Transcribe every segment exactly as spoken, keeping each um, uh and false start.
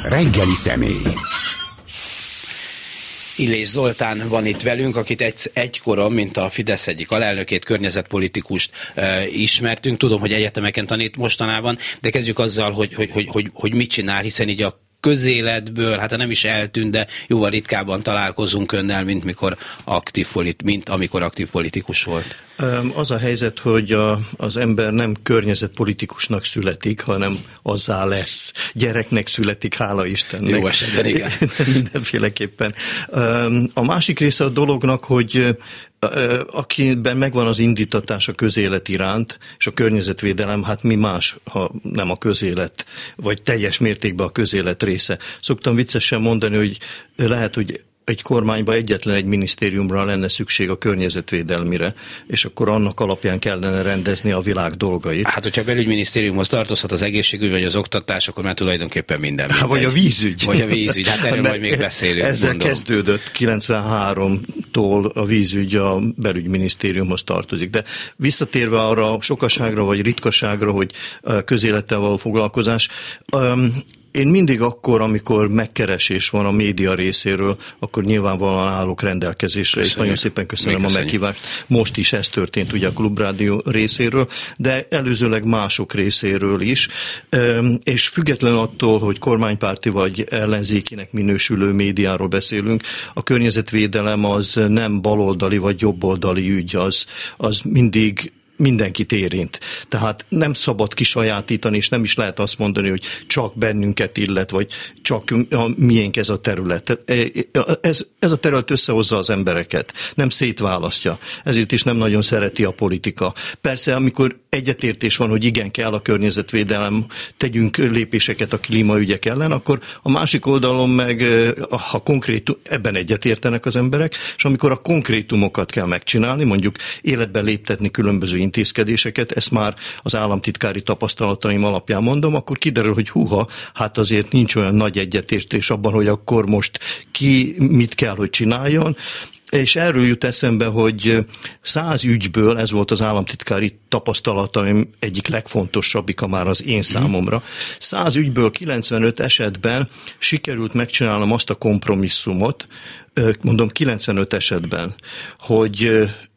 Reggeli személy. Illés Zoltán van itt velünk, akit egy, egykoron, mint a Fidesz egyik alelnökét, környezetpolitikust e, ismertünk. Tudom, hogy egyetemeken tanít mostanában, de kezdjük azzal, hogy, hogy, hogy, hogy, hogy mit csinál, hiszen így a közéletből, hát nem is eltűnt, de jóval ritkábban találkozunk önnel, mint, mikor aktív politi- mint amikor aktív politikus volt. Az a helyzet, hogy a, az ember nem környezetpolitikusnak születik, hanem azzá lesz. Gyereknek születik, hála Istennek. Jó esetben, igen. Mindenféleképpen. A másik része a dolognak, hogy akiben megvan az indítatás a közélet iránt, és a környezetvédelem, hát mi más, ha nem a közélet, vagy teljes mértékben a közélet része. Szoktam viccesen mondani, hogy lehet, hogy egy kormányban egyetlen egy minisztériumra lenne szükség a környezetvédelmire, és akkor annak alapján kellene rendezni a világ dolgait. Hát, hogyha a belügyminisztériumhoz tartozhat az egészségügy vagy az oktatás, akkor már tulajdonképpen minden. Há, vagy a vízügy. Vagy a vízügy, hát erről majd még beszélünk. Ezzel gondolom. kezdődött kilencvenháromtól a vízügy a belügyminisztériumhoz tartozik. De visszatérve arra a sokaságra vagy ritkaságra, hogy közélettel való foglalkozás, én mindig akkor, amikor megkeresés van a média részéről, akkor nyilvánvalóan állok rendelkezésre, köszönjük. És nagyon szépen köszönöm a meghívást. Most is ez történt ugye a Klubrádió részéről, de előzőleg mások részéről is, és függetlenül attól, hogy kormánypárti vagy ellenzékinek minősülő médiáról beszélünk, a környezetvédelem az nem baloldali vagy jobboldali ügy, az, az mindig mindenkit érint. Tehát nem szabad kisajátítani, és nem is lehet azt mondani, hogy csak bennünket illet, vagy csak a miénk ez a terület. Ez, ez a terület összehozza az embereket, nem szétválasztja. Ezért is nem nagyon szereti a politika. Persze, amikor egyetértés van, hogy igen, kell a környezetvédelem, tegyünk lépéseket a klímaügyek ellen, akkor a másik oldalon meg, ha konkrét, ebben egyetértenek az emberek, és amikor a konkrétumokat kell megcsinálni, mondjuk életben léptetni különböző intézkedéseket, ezt már az államtitkári tapasztalataim alapján mondom, akkor kiderül, hogy húha, hát azért nincs olyan nagy egyetértés abban, hogy akkor most ki mit kell, hogy csináljon. És erről jut eszembe, hogy száz ügyből, ez volt az államtitkári tapasztalataim egyik legfontosabbika már az én számomra, száz ügyből kilencvenöt esetben sikerült megcsinálnom azt a kompromisszumot, mondom kilencvenöt esetben, hogy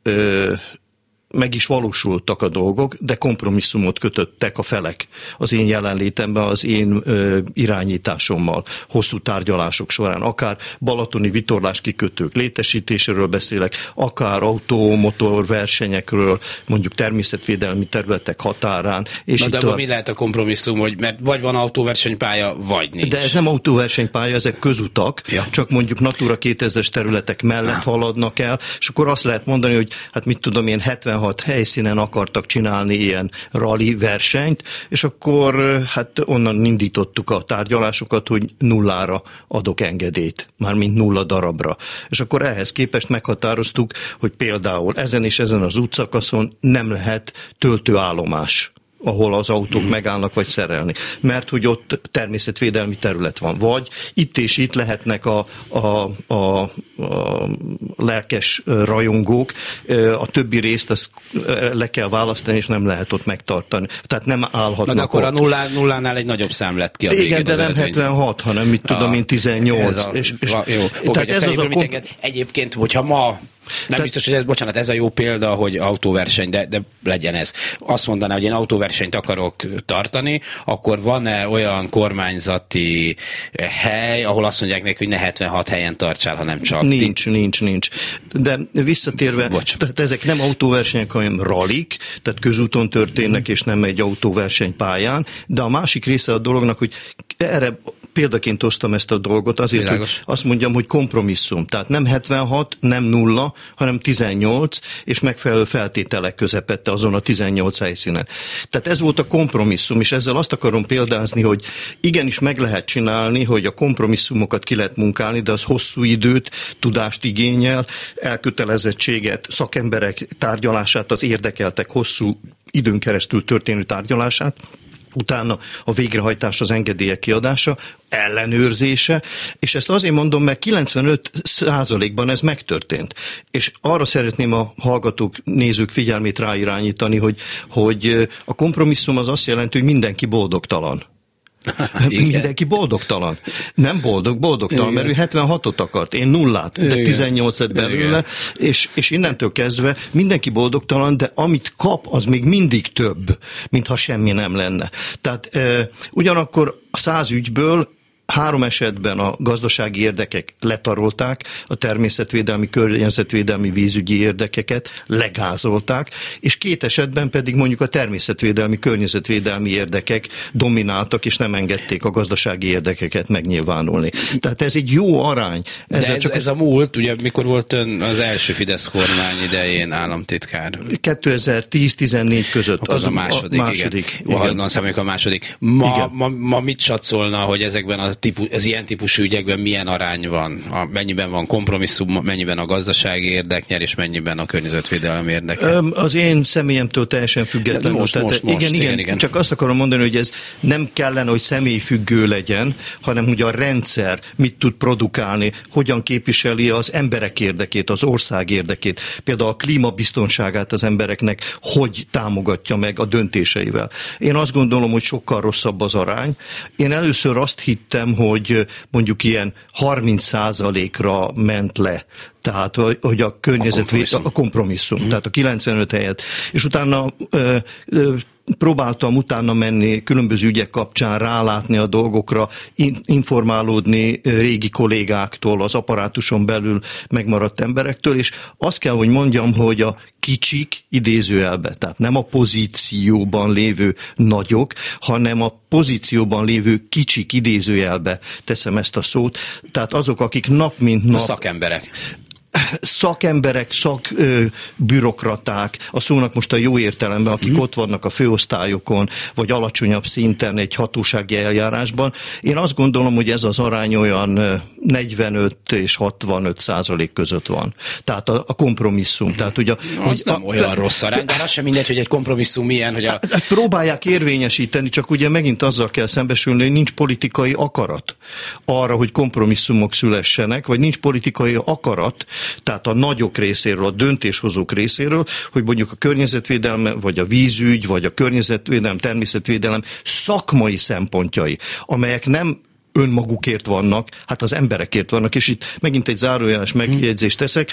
meg is valósultak a dolgok, de kompromisszumot kötöttek a felek az én jelenlétemben, az én ö, irányításommal, hosszú tárgyalások során. Akár balatoni vitorlás kikötők létesítéséről beszélek, akár autómotor versenyekről, mondjuk természetvédelmi területek határán. És Na de abban mi lehet a kompromisszum, hogy mert vagy van autóversenypálya, vagy nincs? De ez nem autóversenypálya, ezek közutak, ja. Csak mondjuk Natura kétezres területek mellett ja. haladnak el, és akkor azt lehet mondani, hogy hát mit tudom én, hetvenhat helyszínen akartak csinálni ilyen rally versenyt, és akkor hát onnan indítottuk a tárgyalásokat, hogy nullára adok engedélyt, mármint nulla darabra. És akkor ehhez képest meghatároztuk, hogy például ezen és ezen az útszakaszon nem lehet töltőállomás, ahol az autók mm. megállnak vagy szerelni. Mert hogy ott természetvédelmi terület van. Vagy itt és itt lehetnek a, a, a, a lelkes rajongók, a többi részt azt le kell választani, és nem lehet ott megtartani. Tehát nem állhatnak Na, akkor ott. a nullá, nullánál egy nagyobb szám lett ki a végén. Igen, de nem hetvenhat, hanem mit tudom én tizennyolc. A, és, és, jó. Tehát Okay, ez az a kom... Egyébként, hogyha ma nem Te... biztos, hogy ez, bocsánat, ez a jó példa, hogy autóverseny, de, de legyen ez. Azt mondaná, hogy én autóversenyt akarok tartani, akkor van-e olyan kormányzati hely, ahol azt mondják neki, hogy ne hetvenhat helyen tartsál, hanem csak... Nincs, nincs, nincs. De visszatérve, Bocs. tehát ezek nem autóversenyek, hanem rallik, tehát közúton történnek, és nem egy autóversenypályán, de a másik része a dolognak, hogy erre példaként osztam ezt a dolgot, azért, Világos. Hogy azt mondjam, hogy kompromisszum. Tehát nem hetvenhat, nem nulla, hanem tizennyolc, és megfelelő feltételek közepette azon a tizennyolc helyszínen. Tehát ez volt a kompromisszum, és ezzel azt akarom példázni, hogy igenis meg lehet csinálni, hogy a kompromisszumokat ki lehet munkálni, de az hosszú időt, tudást igényel, elkötelezettséget, szakemberek tárgyalását, az érdekeltek hosszú időn keresztül történő tárgyalását, utána a végrehajtás, az engedélyek kiadása, ellenőrzése, és ezt azért mondom, mert kilencvenöt százalékban ez megtörtént. És arra szeretném a hallgatók, nézők figyelmét ráirányítani, hogy, hogy a kompromisszum az azt jelenti, hogy mindenki boldogtalan. Mindenki boldogtalan. Nem boldog, boldogtalan, igen. Mert ő hetvenhatot akart, én nullát, de igen. tizennyolc lett belőle, és, és innentől kezdve mindenki boldogtalan, de amit kap, az még mindig több, mintha semmi nem lenne. Tehát e, ugyanakkor a száz ügyből három esetben a gazdasági érdekek letarolták, a természetvédelmi, környezetvédelmi, vízügyi érdekeket legázolták, és két esetben pedig mondjuk a természetvédelmi, környezetvédelmi érdekek domináltak, és nem engedték a gazdasági érdekeket megnyilvánulni. Tehát ez egy jó arány. Ez, ez, csak ez a múlt, ugye mikor volt ön az első Fidesz kormány idején államtitkár? kétezer-tíz-tizennégy között. Az, az a második, a második igen. igen. igen. igen. a második. Ma, ma, ma mit satszolna, hogy ezekben a Típus, az ilyen típusú ügyekben milyen arány van? A, mennyiben van kompromisszum, mennyiben a gazdasági érdek nyer, és mennyiben a környezetvédelmi érdek? Az én személyemtől teljesen függetlenül. Most, most, most. Igen, igen, igen, igen. Csak azt akarom mondani, hogy ez nem kellene, hogy személyfüggő legyen, hanem hogy a rendszer mit tud produkálni, hogyan képviseli az emberek érdekét, az ország érdekét, például a klímabiztonságát az embereknek, hogy támogatja meg a döntéseivel. Én azt gondolom, hogy sokkal rosszabb az arány. Én először azt hittem, hogy mondjuk ilyen harminc százalékra ment le. Tehát, hogy a környezetvédelem, a kompromisszum, mm. tehát a kilencvenöt helyett. És utána ö, ö, próbáltam utána menni, különböző ügyek kapcsán rálátni a dolgokra, informálódni régi kollégáktól, az apparátuson belül megmaradt emberektől, és azt kell, hogy mondjam, hogy a kicsik idézőjelbe, tehát nem a pozícióban lévő nagyok, hanem a pozícióban lévő kicsik idézőjelbe teszem ezt a szót, tehát azok, akik nap mint nap... A szakemberek. Szakemberek, szakbürokraták, a szónak most a jó értelemben, akik mm. ott vannak a főosztályokon, vagy alacsonyabb szinten egy hatósági eljárásban. Én azt gondolom, hogy ez az arány olyan negyvenöt és hatvanöt százalék között van. Tehát a, a kompromisszum. Tehát, ugye, az hogy nem a, olyan rossz arány, de az sem mindegy, hogy egy kompromisszum milyen, hogy a... Próbálják érvényesíteni, csak ugye megint azzal kell szembesülni, hogy nincs politikai akarat arra, hogy kompromisszumok szülessenek, vagy nincs politikai akarat, tehát a nagyok részéről, a döntéshozók részéről, hogy mondjuk a környezetvédelem, vagy a vízügy, vagy a környezetvédelem, természetvédelem szakmai szempontjai, amelyek nem önmagukért vannak, hát az emberekért vannak, és itt megint egy zárójeles megjegyzést teszek,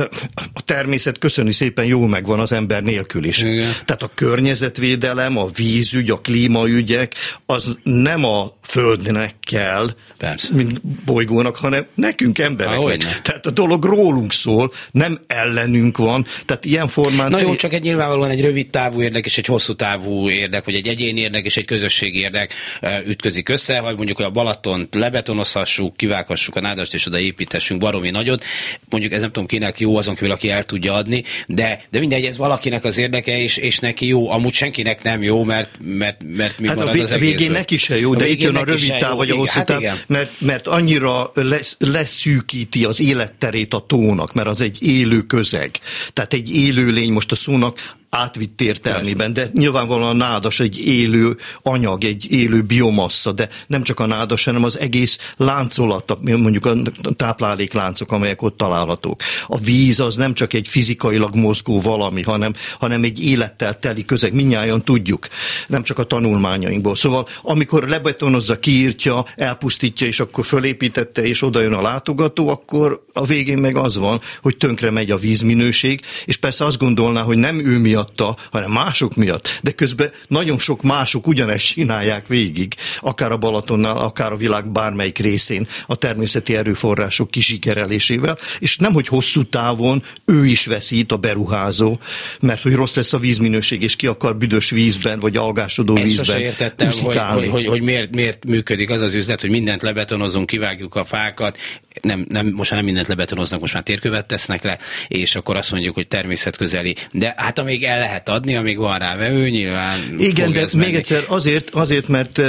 a természet köszöni szépen jól megvan az ember nélkül is. Igen. Tehát a környezetvédelem, a vízügy, a klímaügyek, az nem a Földnek kell, persze, mint bolygónak, hanem nekünk embereknek. Há, tehát a dolog rólunk szól, nem ellenünk van, tehát ilyen formán... Na jó, csak egy nyilvánvalóan egy rövid távú érdek és egy hosszú távú érdek, vagy egy egyéni érdek és egy közösségi érdek ütközik össze, vagy mondjuk a Balatont lebetonozhassuk, kivághassuk a nádast és oda építhessünk baromi nagyot. Mondjuk ez nem tudom kinek jó, azon kívül, aki el tudja adni, de, de mindegy, ez valakinek az érdeke, és, és neki jó, amúgy senkinek nem jó, mert, mert, mert mi hát marad az egészről. Végén neki se jó, de itt jön a rövid táv vagy a hosszú táv, hát mert, mert annyira lesz, leszűkíti az életterét a tónak, mert az egy élő közeg. Tehát egy élőlény most a szónak átvitt értelmében, de nyilvánvalóan a nádas egy élő anyag, egy élő biomassa, de nem csak a nádas, hanem az egész láncolat, mondjuk a táplálékláncok, amelyek ott találhatók. A víz az nem csak egy fizikailag mozgó valami, hanem, hanem egy élettel teli közeg, mindnyájan tudjuk, nem csak a tanulmányainkból. Szóval amikor lebetonozza, kiírtja, elpusztítja, és akkor fölépítette, és oda jön a látogató, akkor a végén meg az van, hogy tönkre megy a vízminőség, és persze azt gondolná, hogy nem ő miatta, hanem mások miatt, de közben nagyon sok mások ugyanezt csinálják végig, akár a Balatonnál, akár a világ bármelyik részén a természeti erőforrások kisikerelésével, és nem, hogy hosszú távon ő is veszít, a beruházó, mert hogy rossz lesz a vízminőség, és ki akar büdös vízben, vagy algásodó Ezt vízben sose értettem, hogy, hogy, hogy, hogy miért, miért működik az az üzlet, hogy mindent lebetonozunk, kivágjuk a fákat, nem, nem, most már nem mindent lebetonoznak, most már térkövet tesznek le, és akkor azt mondjuk, hogy természetközeli. De hát amíg el lehet adni, amíg van rá vevő, nyilván igen, de még menni. egyszer azért, azért, mert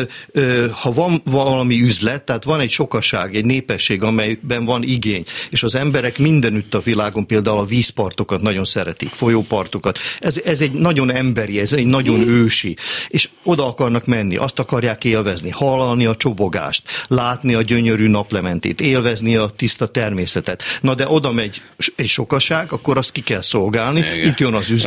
ha van valami üzlet, tehát van egy sokaság, egy népesség, amelyben van igény, és az emberek mindenütt a világon például a vízpartokat nagyon szeretik, folyópartokat. Ez, ez egy nagyon emberi, ez egy nagyon hmm. ősi, és oda akarnak menni, azt akarják élvezni, hallani a csobogást, látni a gyönyörű naplementét, élvezni a tiszta természetet. Na de oda megy egy sokaság, akkor azt ki kell szolgálni, igen. Itt jön az üzlet, jön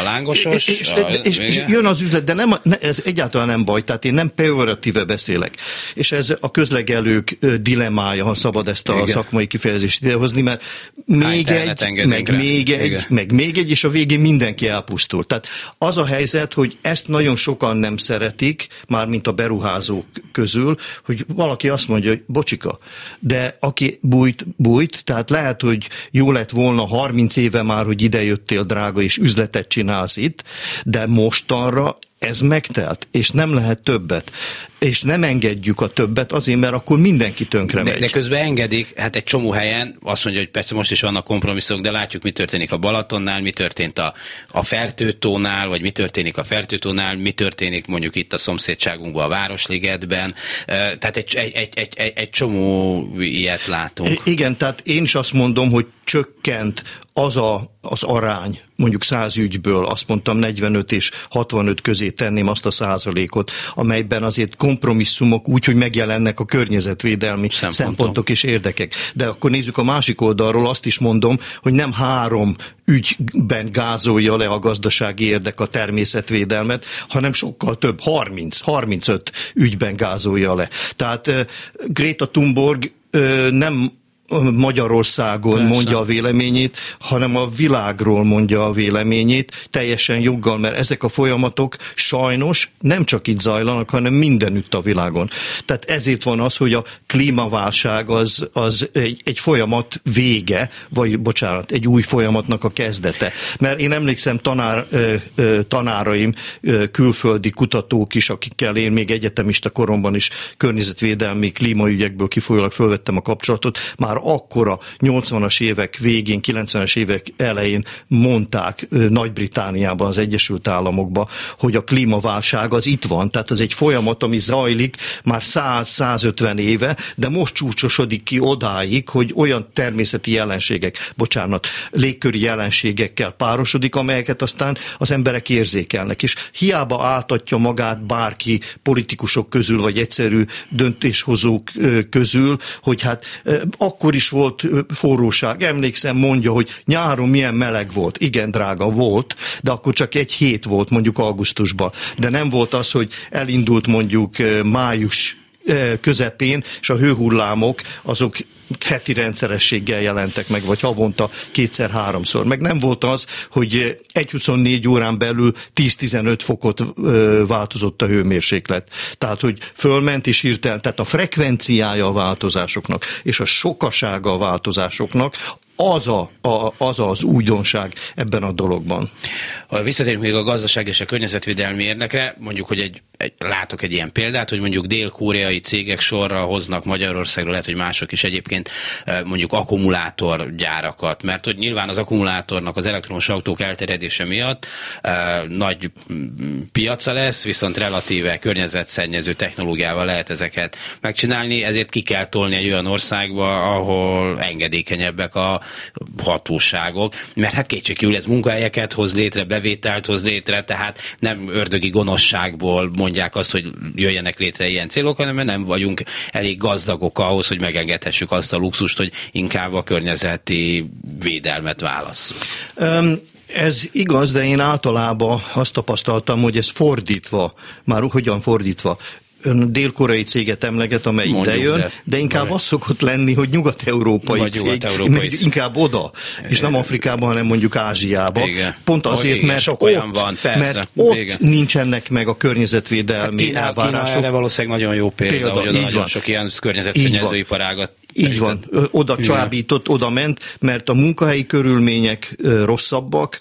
lángosos. És, a, és, és jön az üzlet, de nem, ez egyáltalán nem baj, tehát én nem pejoratíve beszélek. És ez a közlegelők dilemmája, ha szabad ezt a igen. szakmai kifejezést idehozni, mert még egy, meg még egy, igen. meg még egy, és a végén mindenki elpusztul. Tehát az a helyzet, hogy ezt nagyon sokan nem szeretik, mármint a beruházók közül, hogy valaki azt mondja, hogy bocsika, de aki bújt, bújt, tehát lehet, hogy jó lett volna harminc éve már, hogy idejöttél, drága, és üzletet csinálsz itt, de mostanra ez megtelt, és nem lehet többet. És nem engedjük a többet azért, mert akkor mindenki tönkre megy. De, de közben engedik, hát egy csomó helyen azt mondja, hogy persze most is vannak kompromisszok, de látjuk, mi történik a Balatonnál, mi történt a, a Fertőtónál, vagy mi történik a Fertőtónál, mi történik mondjuk itt a szomszédságunkban, a Városligetben. Tehát egy, egy, egy, egy, egy csomó ilyet látunk. Igen, tehát én is azt mondom, hogy csökkent az a, az arány, mondjuk száz ügyből, azt mondtam negyvenöt és hatvanöt közé tenném azt a százalékot, amelyben azért kompromisszumok úgy, hogy megjelennek a környezetvédelmi szempontok, szempontok és érdekek. De akkor nézzük a másik oldalról, azt is mondom, hogy nem három ügyben gázolja le a gazdasági érdek a természetvédelmet, hanem sokkal több, harminc, harmincöt ügyben gázolja le. Tehát uh, Greta Thunberg uh, nem Magyarországon Persze. mondja a véleményét, hanem a világról mondja a véleményét, teljesen joggal, mert ezek a folyamatok sajnos nem csak itt zajlanak, hanem mindenütt a világon. Tehát ezért van az, hogy a klímaválság az, az egy, egy folyamat vége, vagy bocsánat, egy új folyamatnak a kezdete. Mert én emlékszem tanár, tanáraim, külföldi kutatók is, akikkel én még egyetemista koromban is környezetvédelmi klímaügyekből kifolyólag fölvettem a kapcsolatot, már akkor a nyolcvanas évek végén, kilencvenes évek elején mondták Nagy-Britániában, az Egyesült Államokban, hogy a klímaválság az itt van, tehát az egy folyamat, ami zajlik már száz-százötven éve, de most csúcsosodik ki odáig, hogy olyan természeti jelenségek, bocsánat, légköri jelenségekkel párosodik, amelyeket aztán az emberek érzékelnek, és hiába áltatja magát bárki politikusok közül, vagy egyszerű döntéshozók közül, hogy hát akkor is volt forróság. Emlékszem, mondja, hogy nyáron milyen meleg volt. Igen, drága, volt, de akkor csak egy hét volt mondjuk augusztusban. De nem volt az, hogy elindult mondjuk május közepén, és a hőhullámok azok heti rendszerességgel jelentek meg, vagy havonta kétszer-háromszor. Meg nem volt az, hogy egy huszonnégy órán belül tíz-tizenöt fokot változott a hőmérséklet. Tehát, hogy fölment és hirtelen, tehát a frekvenciája a változásoknak, és a sokasága a változásoknak, az, a, a, az az újdonság ebben a dologban. Visszatérünk még a gazdaság és a környezetvédelmi érdekre, mondjuk, hogy egy, egy, látok egy ilyen példát, hogy mondjuk dél-koreai cégek sorra hoznak Magyarországra, lehet, hogy mások is egyébként mondjuk akkumulátorgyárakat, mert hogy nyilván az akkumulátornak az elektromos autók elterjedése miatt eh, nagy piaca lesz, viszont relatíve környezetszennyező technológiával lehet ezeket megcsinálni, ezért ki kell tolni egy olyan országba, ahol engedékenyebbek a hatóságok, mert hát kétségkívül ez munkahelyeket hoz létre, bevételt hoz létre, tehát nem ördögi gonoszságból mondják azt, hogy jöjjenek létre ilyen célok, hanem nem vagyunk elég gazdagok ahhoz, hogy megengedhessük azt a luxust, hogy inkább a környezeti védelmet válasszuk. Um. Ez igaz, de én általában azt tapasztaltam, hogy ez fordítva, már hogyan fordítva, ön dél-koreai céget emleget, amely mondjuk, idejön, de, de inkább az szokott lenni, hogy nyugat-európai cég, nyugat-európai cég. Inkább oda, és nem Afrikában, hanem mondjuk Ázsiában. Igen. Pont azért, igen, mert, ott, van, mert ott igen. nincsenek meg a környezetvédelmi hát Kína, elvárások. Kína erre valószínűleg nagyon jó példa, példa hogy oda nagyon van. Sok ilyen környezetszennyező iparágat. Így van, oda csábított, oda ment, mert a munkahelyi körülmények rosszabbak,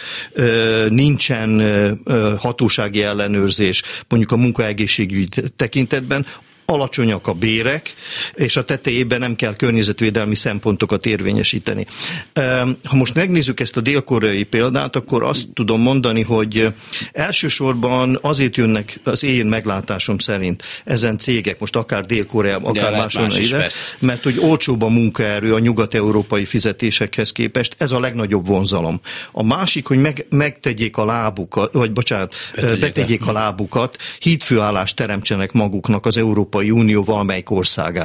nincsen hatósági ellenőrzés, mondjuk a munkaegészségügyi tekintetben, alacsonyak a bérek, és a tetejében nem kell környezetvédelmi szempontokat érvényesíteni. Ha most megnézzük ezt a dél-koreai példát, akkor azt tudom mondani, hogy elsősorban azért jönnek az én meglátásom szerint ezen cégek, most akár Dél-Koreában, akár máshonnan ide, mert hogy olcsóbb a munkaerő a nyugat-európai fizetésekhez képest, ez a legnagyobb vonzalom. A másik, hogy meg, megtegyék a lábukat, vagy bocsánat, betegyék, betegyék a lábukat, hídfőállást teremtsenek maguknak az Európai Unió valamelyik országába.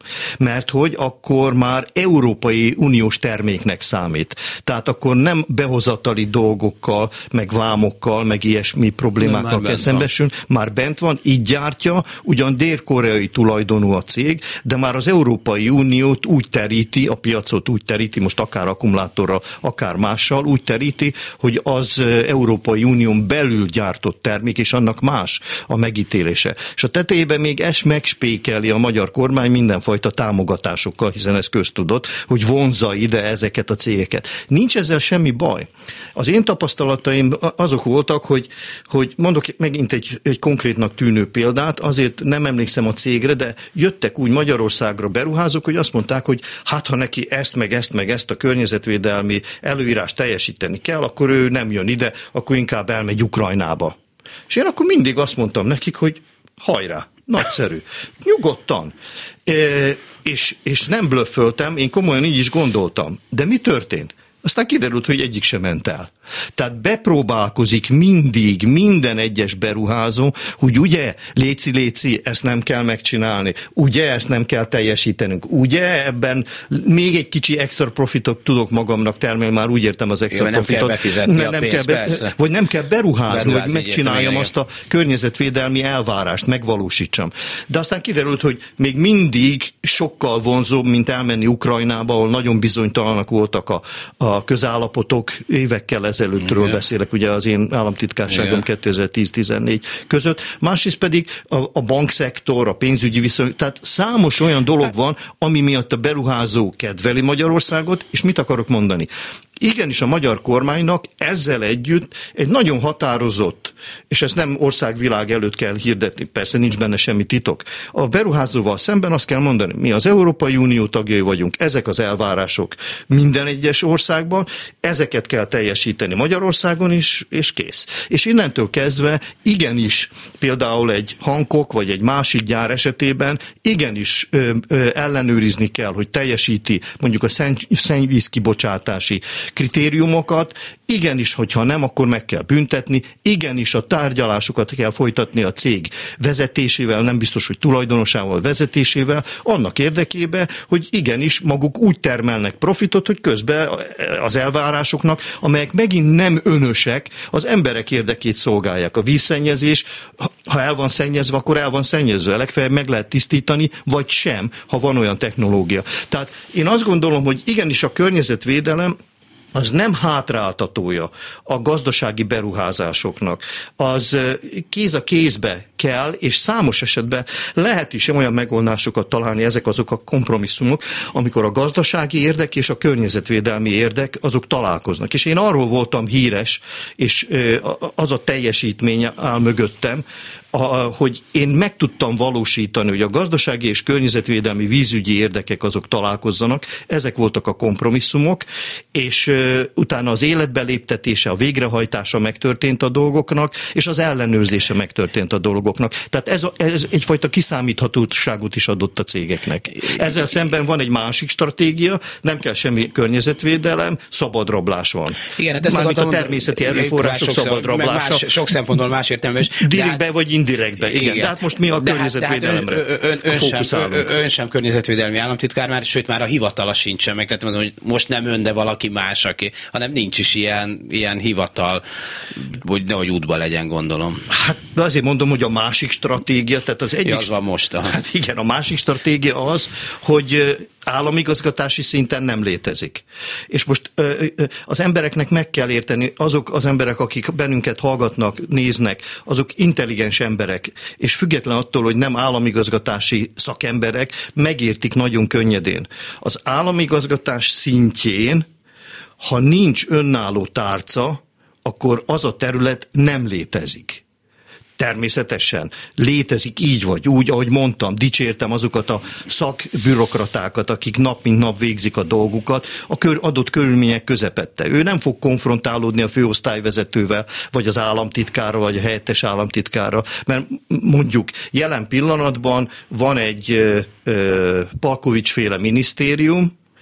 Mert hogy akkor már Európai Uniós terméknek számít. Tehát akkor nem behozatali dolgokkal, meg vámokkal, meg ilyesmi problémákkal kell szembesülni. Már bent van, így gyártja, ugyan dél-koreai tulajdonú a cég, de már az Európai Uniót úgy teríti, a piacot úgy teríti, most akár akkumulátorral, akár mással, úgy teríti, hogy az Európai Unión belül gyártott termék, és annak más a megítélése. És a tetejében még ezt megspékeli a magyar kormány mindenfajta támogatásokkal, hiszen ez köztudott, hogy vonzza ide ezeket a cégeket. Nincs ezzel semmi baj. Az én tapasztalataim azok voltak, hogy, hogy mondok megint egy, egy konkrétnak tűnő példát, azért nem emlékszem a cégre, de jöttek úgy Magyarországra beruházók, hogy azt mondták, hogy hát ha neki ezt, meg ezt, meg ezt a környezetvédelmi előírást teljesíteni kell, akkor ő nem jön ide, akkor inkább elmegy Ukrajnába. És én akkor mindig azt mondtam nekik, hogy hajrá, nagyszerű, nyugodtan. E, és, és nem blöfföltem, én komolyan így is gondoltam. De mi történt? Aztán kiderült, hogy egyik sem ment el. Tehát bepróbálkozik mindig minden egyes beruházó, hogy ugye, léci, léci, ezt nem kell megcsinálni, ugye, ezt nem kell teljesítenünk, ugye, ebben még egy kicsi extra profitot tudok magamnak termelni, már úgy értem az extra Jó, profitot. Nem kell befizetni nem, a nem pénzt, kell be, Vagy nem kell beruházni, beruházni hogy megcsináljam értem, azt a környezetvédelmi elvárást, megvalósítsam. De aztán kiderült, hogy még mindig sokkal vonzóbb, mint elmenni Ukrajnába, ahol nagyon bizonytalanak voltak a, a közállapotok, évekkel ezelőttről igen. beszélek, ugye az én államtitkárságom kétezer-tíz-tizennégy között. Másrészt pedig a, a bankszektor, a pénzügyi viszony, tehát számos olyan dolog van, ami miatt a beruházó kedveli Magyarországot, és mit akarok mondani? Igenis a magyar kormánynak ezzel együtt egy nagyon határozott, és ezt nem országvilág előtt kell hirdetni, persze nincs benne semmi titok. A beruházóval szemben azt kell mondani, mi az Európai Unió tagjai vagyunk, ezek az elvárások minden egyes országban, ezeket kell teljesíteni Magyarországon is, és kész. És innentől kezdve igenis például egy Hankook vagy egy másik gyár esetében igenis ö, ö, ellenőrizni kell, hogy teljesíti mondjuk a szennyvíz kibocsátási kritériumokat, igenis, hogyha nem, akkor meg kell büntetni, igenis a tárgyalásokat kell folytatni a cég vezetésével, nem biztos, hogy tulajdonosával, vezetésével, annak érdekében, hogy igenis maguk úgy termelnek profitot, hogy közben az elvárásoknak, amelyek megint nem önösek, az emberek érdekét szolgálják. A vízszennyezés, ha el van szennyezve, akkor el van szennyezve. Legfeljebb meg lehet tisztítani, vagy sem, ha van olyan technológia. Tehát én azt gondolom, hogy igenis a környezetvédelem az nem hátráltatója a gazdasági beruházásoknak. Az kéz a kézbe kell, és számos esetben lehet is olyan megoldásokat találni, ezek azok a kompromisszumok, amikor a gazdasági érdek és a környezetvédelmi érdek azok találkoznak. És én arról voltam híres, és az a teljesítmény áll mögöttem, hogy én meg tudtam valósítani, hogy a gazdasági és környezetvédelmi vízügyi érdekek azok találkozzanak, ezek voltak a kompromisszumok, és utána az életbe léptetése, a végrehajtása megtörtént a dolgoknak, és az ellenőrzése megtörtént a dolgoknak. Tehát ez, a, ez egyfajta kiszámíthatóságot is adott a cégeknek. Ezzel szemben van egy másik stratégia, nem kell semmi környezetvédelem, szabad rablás van. Igen, hát mármint a természeti erőforrások szabad rablása. Más, sok szempontból más értelmes. Direktbe vagy indirektbe, igen. igen. De hát most mi a környezetvédelemre hát, ön, ön, ön, sem, ön, ön sem környezetvédelmi államtitkár már, sőt már a hivatala sincsen meg. Tehát mondom, hogy most nem ön, de valaki más, aki, hanem nincs is ilyen, ilyen hivatal, hogy nehogy útba legyen, gondolom. Hát azért mondom, hogy a másik stratégia, tehát az egyik... Ja, az van most. A... Hát igen, a másik stratégia az, hogy államigazgatási szinten nem létezik. És most az embereknek meg kell érteni, azok az emberek, akik bennünket hallgatnak, néznek, azok intelligens emberek, és független attól, hogy nem államigazgatási szakemberek, megértik nagyon könnyedén. Az államigazgatás szintjén, ha nincs önálló tárca, akkor az a terület nem létezik. Természetesen létezik így vagy úgy, ahogy mondtam, dicsértem azokat a szakbürokratákat, akik nap mint nap végzik a dolgukat a kör, adott körülmények közepette. Ő nem fog konfrontálódni a főosztályvezetővel, vagy az államtitkárral, vagy a helyettes államtitkárral, mert mondjuk jelen pillanatban van egy Palkovics-féle minisztérium,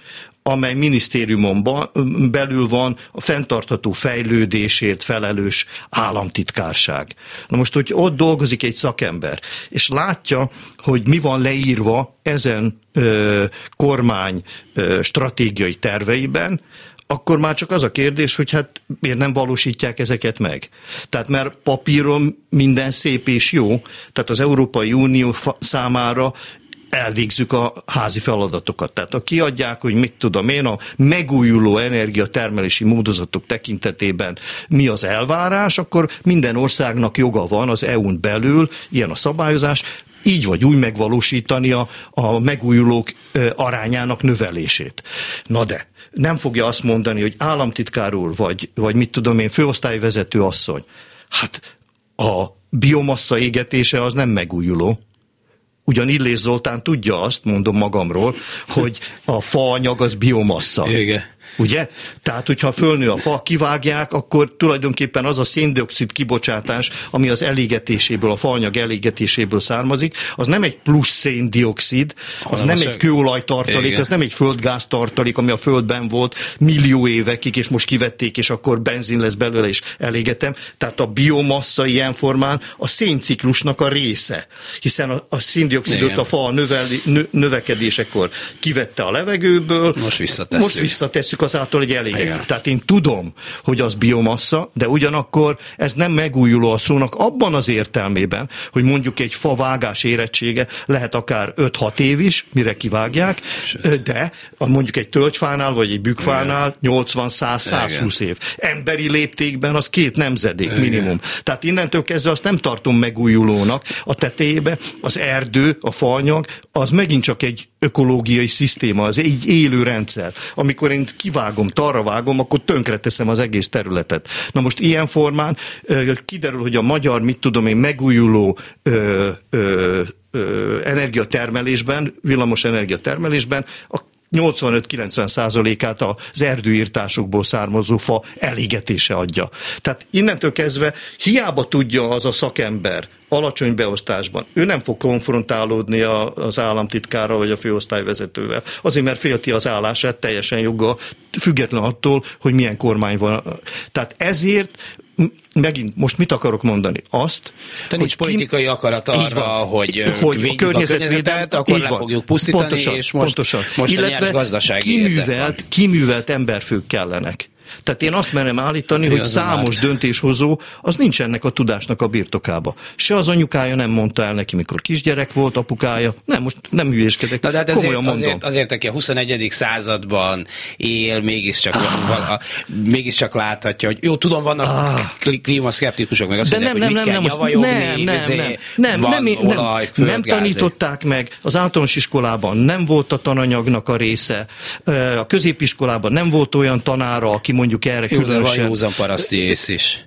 amely minisztériumon belül van a fenntartható fejlődésért felelős államtitkárság. Na most, hogy ott dolgozik egy szakember, és látja, hogy mi van leírva ezen ö, kormány ö, stratégiai terveiben, akkor már csak az a kérdés, hogy hát miért nem valósítják ezeket meg. Tehát mert papíron minden szép és jó, tehát az Európai Unió számára elvégzük a házi feladatokat. Tehát ha kiadják, hogy mit tudom én, a megújuló energiatermelési módozatok tekintetében mi az elvárás, akkor minden országnak joga van az é u-n belül, ilyen a szabályozás, így vagy úgy megvalósítani a, a megújulók arányának növelését. Na de, nem fogja azt mondani, hogy államtitkár úr, vagy, vagy mit tudom én, főosztályvezető asszony. Hát a biomassa égetése az nem megújuló. Ugyan Illés Zoltán tudja azt, mondom magamról, hogy a faanyag az biomassa. Igen. Ugye? Tehát, hogyha fölnő a fa, kivágják, akkor tulajdonképpen az a széndioxid kibocsátás, ami az elégetéséből, a faanyag elégetéséből származik, az nem egy plusz széndioxid, az nem egy kőolajtartalék, az nem egy földgáztartalék, ami a földben volt millió évekig, és most kivették, és akkor benzin lesz belőle, és elégetem. Tehát a biomassa ilyen formán a szénciklusnak a része, hiszen a, a széndioxidot a fa növeli, nö, növekedésekor kivette a levegőből, most visszatesszük. Most visszatesszük azáltal, hogy elégetjük. Tehát én tudom, hogy az biomassa, de ugyanakkor ez nem megújuló a szónak abban az értelmében, hogy mondjuk egy fa vágás érettsége lehet akár öt-hat év is, mire kivágják, de mondjuk egy tölgyfánál vagy egy bükkfánál nyolcvan-száz-százhúsz év. Emberi léptékben az két nemzedék Igen. minimum. Tehát innentől kezdve azt nem tartom megújulónak. A tetejébe az erdő, a faanyag, az megint csak egy ökológiai szisztéma, az egy élő rendszer. Amikor én kivágom, tarra vágom, akkor tönkreteszem az egész területet. Na most ilyen formán kiderül, hogy a magyar, mit tudom én, megújuló ö, ö, ö, energiatermelésben, villamos energiatermelésben a nyolcvanöt-kilencven százalékát az erdőírtásokból származó fa elégetése adja. Tehát innentől kezdve hiába tudja az a szakember alacsony beosztásban, ő nem fog konfrontálódni az államtitkárral vagy a főosztályvezetővel. Azért, mert félti az állását teljesen joggal, független attól, hogy milyen kormány van. Tehát ezért megint most mit akarok mondani? Azt, te nincs politikai ki, akarat arra, van, hogy, hogy a környezetvédelmet, akkor le fogjuk pusztítani, pontosan, és most, pontosan. most a nyers gazdasági kiművelt, kiművelt emberfők kellenek. Tehát én azt merem állítani, hogy számos döntéshozó az nincs ennek a tudásnak a birtokába. Se az anyukája nem mondta el neki, mikor kisgyerek volt, apukája. Nem, most nem hülyéskedek. Na, de hát azért, azért, azért, aki a huszonegyedik században él, mégiscsak, ah. vala, mégiscsak láthatja, hogy jó, tudom, vannak ah. klímaszkeptikusok, meg azt de mondják, nem, hogy nem, mit nem, kell javajogni, nem, nem, izé, nem, nem, van nem, olaj, nem, nem tanították meg, az általános iskolában nem volt a tananyagnak a része, a középiskolában nem volt olyan tanára, aki mondjuk erre jó, különösen. Van józan paraszti ész is.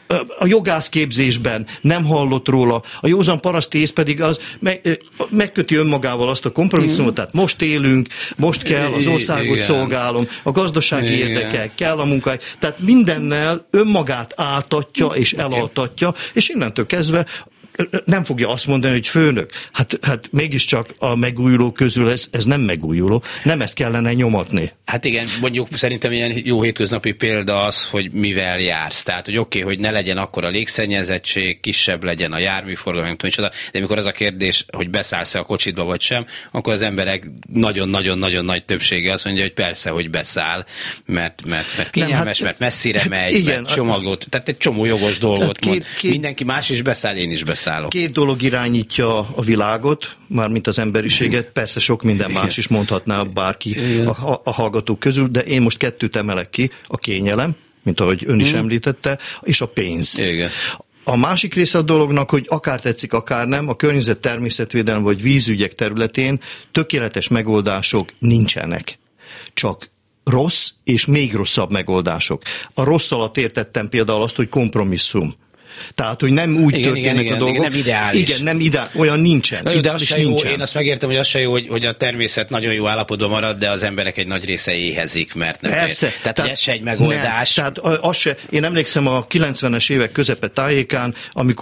A jogászképzésben nem hallott róla, a józan paraszti ész pedig az meg, megköti önmagával azt a kompromisszumot, mm. tehát most élünk, most kell, az országot igen. szolgálom, a gazdasági igen. érdekek, kell a munkáj, tehát mindennel önmagát áltatja és elaltatja, és innentől kezdve nem fogja azt mondani, hogy főnök, hát, hát mégiscsak a megújuló közül ez, ez nem megújuló, nem ezt kellene nyomatni. Hát igen, mondjuk szerintem ilyen jó hétköznapi példa az, hogy mivel jársz. Tehát, hogy oké, okay, hogy ne legyen akkora légszennyezettség, kisebb legyen a járműforgalom, nem tudom, de amikor az a kérdés, hogy beszállsz-e a kocsitba vagy sem, akkor az emberek nagyon-nagyon-nagyon nagy többsége azt mondja, hogy persze, hogy beszáll, mert, mert, mert kényelmes, nem, hát, mert messzire hát megy, igen, mert csomagot, tehát egy csomó jogos dolgot két, mond. Két, Mindenki más is beszáll, én is beszáll. Két dolog irányítja a világot, mármint az emberiséget, persze sok minden más is mondhatná bárki a, a hallgatók közül, de én most kettőt emelek ki, a kényelem, mint ahogy ön is hmm. említette, és a pénz. Igen. A másik része a dolognak, hogy akár tetszik, akár nem, a környezet, természetvédelem vagy vízügyek területén tökéletes megoldások nincsenek. Csak rossz és még rosszabb megoldások. A rossz alatt értettem például azt, hogy kompromisszum. Tehát, hogy nem úgy igen, történnek igen, a dolgok. Igen, nem ideális. Igen, nem ideális. Olyan nincsen. Na, ideális nincsen. Jó, én azt megértem, hogy az se jó, hogy, hogy a természet nagyon jó állapotban marad, de az emberek egy nagy része éhezik, mert nem. Persze. Tehát, tehát, hogy ez se egy megoldás. Nem, tehát az se. Én emlékszem a kilencvenes évek közepe tájékán, amikor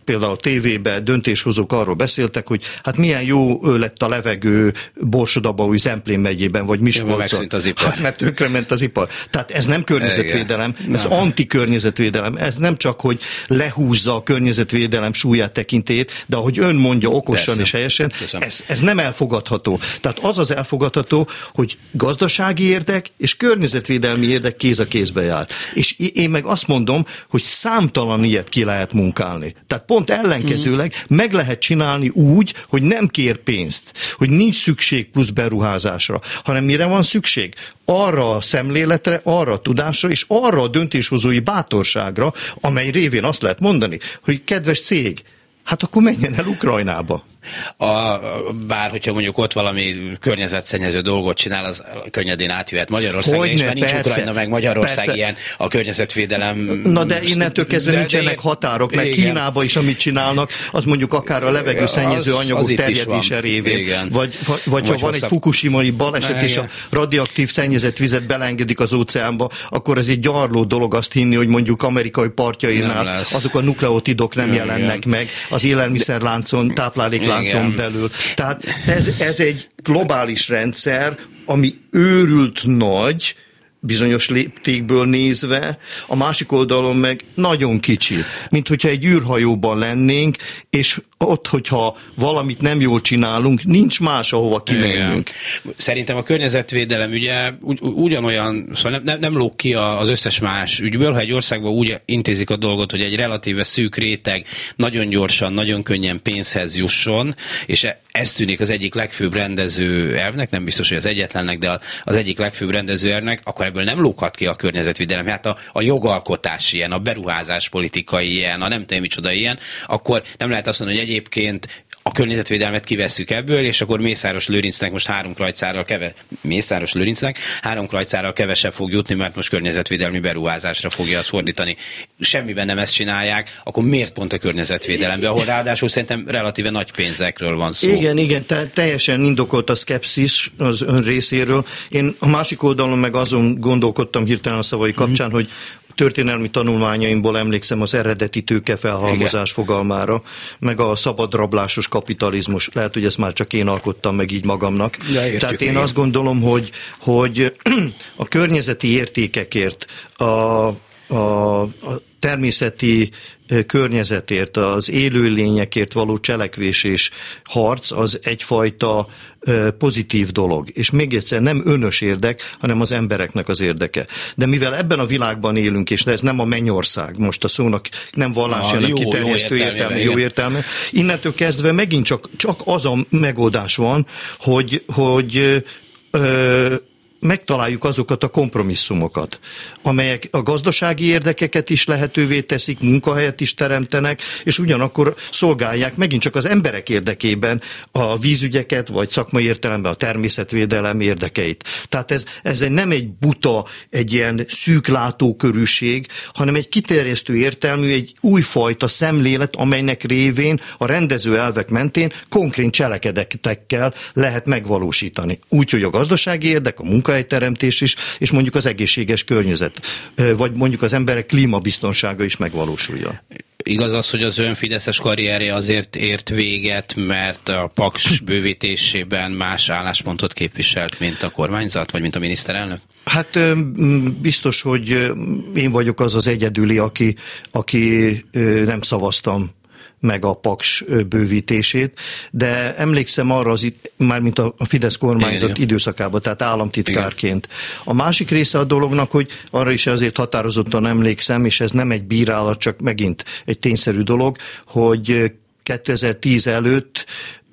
például a tévében döntéshozók arról beszéltek, hogy hát milyen jó lett a levegő Borsod-Abaúj Zemplén megyében, vagy Miskolcon. Hát, mert tönkrement az ipar. Tehát ez nem környezetvédelem, igen. Ez antikörnyezetvédelem. Ez nem csak, hogy lehúzza a környezetvédelem súlyát tekintét, de ahogy ön mondja okosan Persze. és helyesen, ez, ez nem elfogadható. Tehát az az elfogadható, hogy gazdasági érdek és környezetvédelmi érdek kéz a kézbe jár. És én meg azt mondom, hogy számtalan ilyet ki lehet munkálni. Tehát pont ellenkezőleg mm. meg lehet csinálni úgy, hogy nem kér pénzt, hogy nincs szükség plusz beruházásra, hanem mire van szükség? Arra a szemléletre, arra a tudásra, és arra a döntéshozói bátorságra, amely révén azt lehet mondani, hogy kedves cég, hát akkor menjen el Ukrajnába. A, bár, hogyha mondjuk ott valami környezetszennyező dolgot csinál, az könnyedén átjöhet Magyarországon, és mert nincs persze, Ukrajna meg Magyarország persze. ilyen a környezetvédelem. Na de innentől kezdve de, nincsenek de, határok, mert igen. Kínában is, amit csinálnak, az mondjuk akár a levegőszennyező anyagok az terjedése révén. Igen. Vagy, vagy, vagy ha van hosszabb... egy fukushimai baleset, igen. és a radioaktív szennyezett vizet belengedik az óceánba, akkor ez egy gyarló dolog azt hinni, hogy mondjuk amerikai partjainál azok a nukleotidok nem igen. jelennek meg az élelmiszerláncon, táplálék láncon belül. Tehát ez, ez egy globális rendszer, ami őrült nagy, bizonyos léptékből nézve, a másik oldalon meg nagyon kicsi. Mint hogyha egy űrhajóban lennénk, és ott, hogyha valamit nem jól csinálunk, nincs más, ahova kimegyünk. Szerintem a környezetvédelem ugye ugy, ugyanolyan, szóval nem, nem, nem lóg ki az összes más ügyből, ha egy országban úgy intézik a dolgot, hogy egy relatíve szűk réteg nagyon gyorsan, nagyon könnyen pénzhez jusson, és ez tűnik az egyik legfőbb rendező elvnek, nem biztos, hogy az egyetlennek, de az egyik legfőbb rendező elvnek, akkor ebből nem lóghat ki a környezetvédelem. Hát a, a jogalkotás ilyen, a beruházás politikai ilyen, a nem tudom micsoda ilyen, akkor nem lehet azt mondani, hogy egyébként a környezetvédelmet kivesszük ebből, és akkor Mészáros Lőrincnek most három krajcárral keve... Mészáros Lőrincnek három krajcárral kevesebb fog jutni, mert most környezetvédelmi beruházásra fogja azt fordítani. Semmiben nem ezt csinálják, akkor miért pont a környezetvédelembe, ahol ráadásul szerintem relatíve nagy pénzekről van szó. Igen, igen, te- teljesen indokolt a szkepszis az ön részéről. Én a másik oldalon meg azon gondolkodtam hirtelen a szavai kapcsán, mm. hogy történelmi tanulmányaimból emlékszem az eredeti tőkefelhalmozás Igen. fogalmára, meg a szabadrablásos kapitalizmus. Lehet, hogy ezt már csak én alkottam meg így magamnak. Ja, értjük, Tehát én igen. azt gondolom, hogy, hogy a környezeti értékekért, a, a, a természeti környezetért, az élőlényekért való cselekvés és harc az egyfajta pozitív dolog. És még egyszer nem önös érdek, hanem az embereknek az érdeke. De mivel ebben a világban élünk, és ez nem a mennyország, most a szónak nem vallási, hanem jó, kiterjesztő jó értelme, jó értelme, innentől kezdve megint csak, csak az a megoldás van, hogy, hogy ö, megtaláljuk azokat a kompromisszumokat, amelyek a gazdasági érdekeket is lehetővé teszik, munkahelyet is teremtenek, és ugyanakkor szolgálják megint csak az emberek érdekében a vízügyeket, vagy szakmai értelemben a természetvédelem érdekeit. Tehát ez, ez nem egy buta, egy ilyen szűk látókörűség, hanem egy kiterjesztő értelmű, egy újfajta szemlélet, amelynek révén a rendező elvek mentén konkrét cselekedetekkel lehet megvalósítani. Úgyhogy a gazdasági érdek, a munka teremtés is, és mondjuk az egészséges környezet, vagy mondjuk az emberek klímabiztonsága is megvalósuljon. Igaz az, hogy az ön fideszes karrierje azért ért véget, mert a Paks bővítésében más álláspontot képviselt, mint a kormányzat, vagy mint a miniszterelnök? Hát biztos, hogy én vagyok az az egyedüli, aki, aki nem szavaztam meg a Paks bővítését, de emlékszem arra az itt, mármint a Fidesz kormányzat igen, időszakában, tehát államtitkárként. Igen. A másik része a dolognak, hogy arra is azért határozottan emlékszem, és ez nem egy bírálat, csak megint egy tényszerű dolog, hogy kétezer-tíz előtt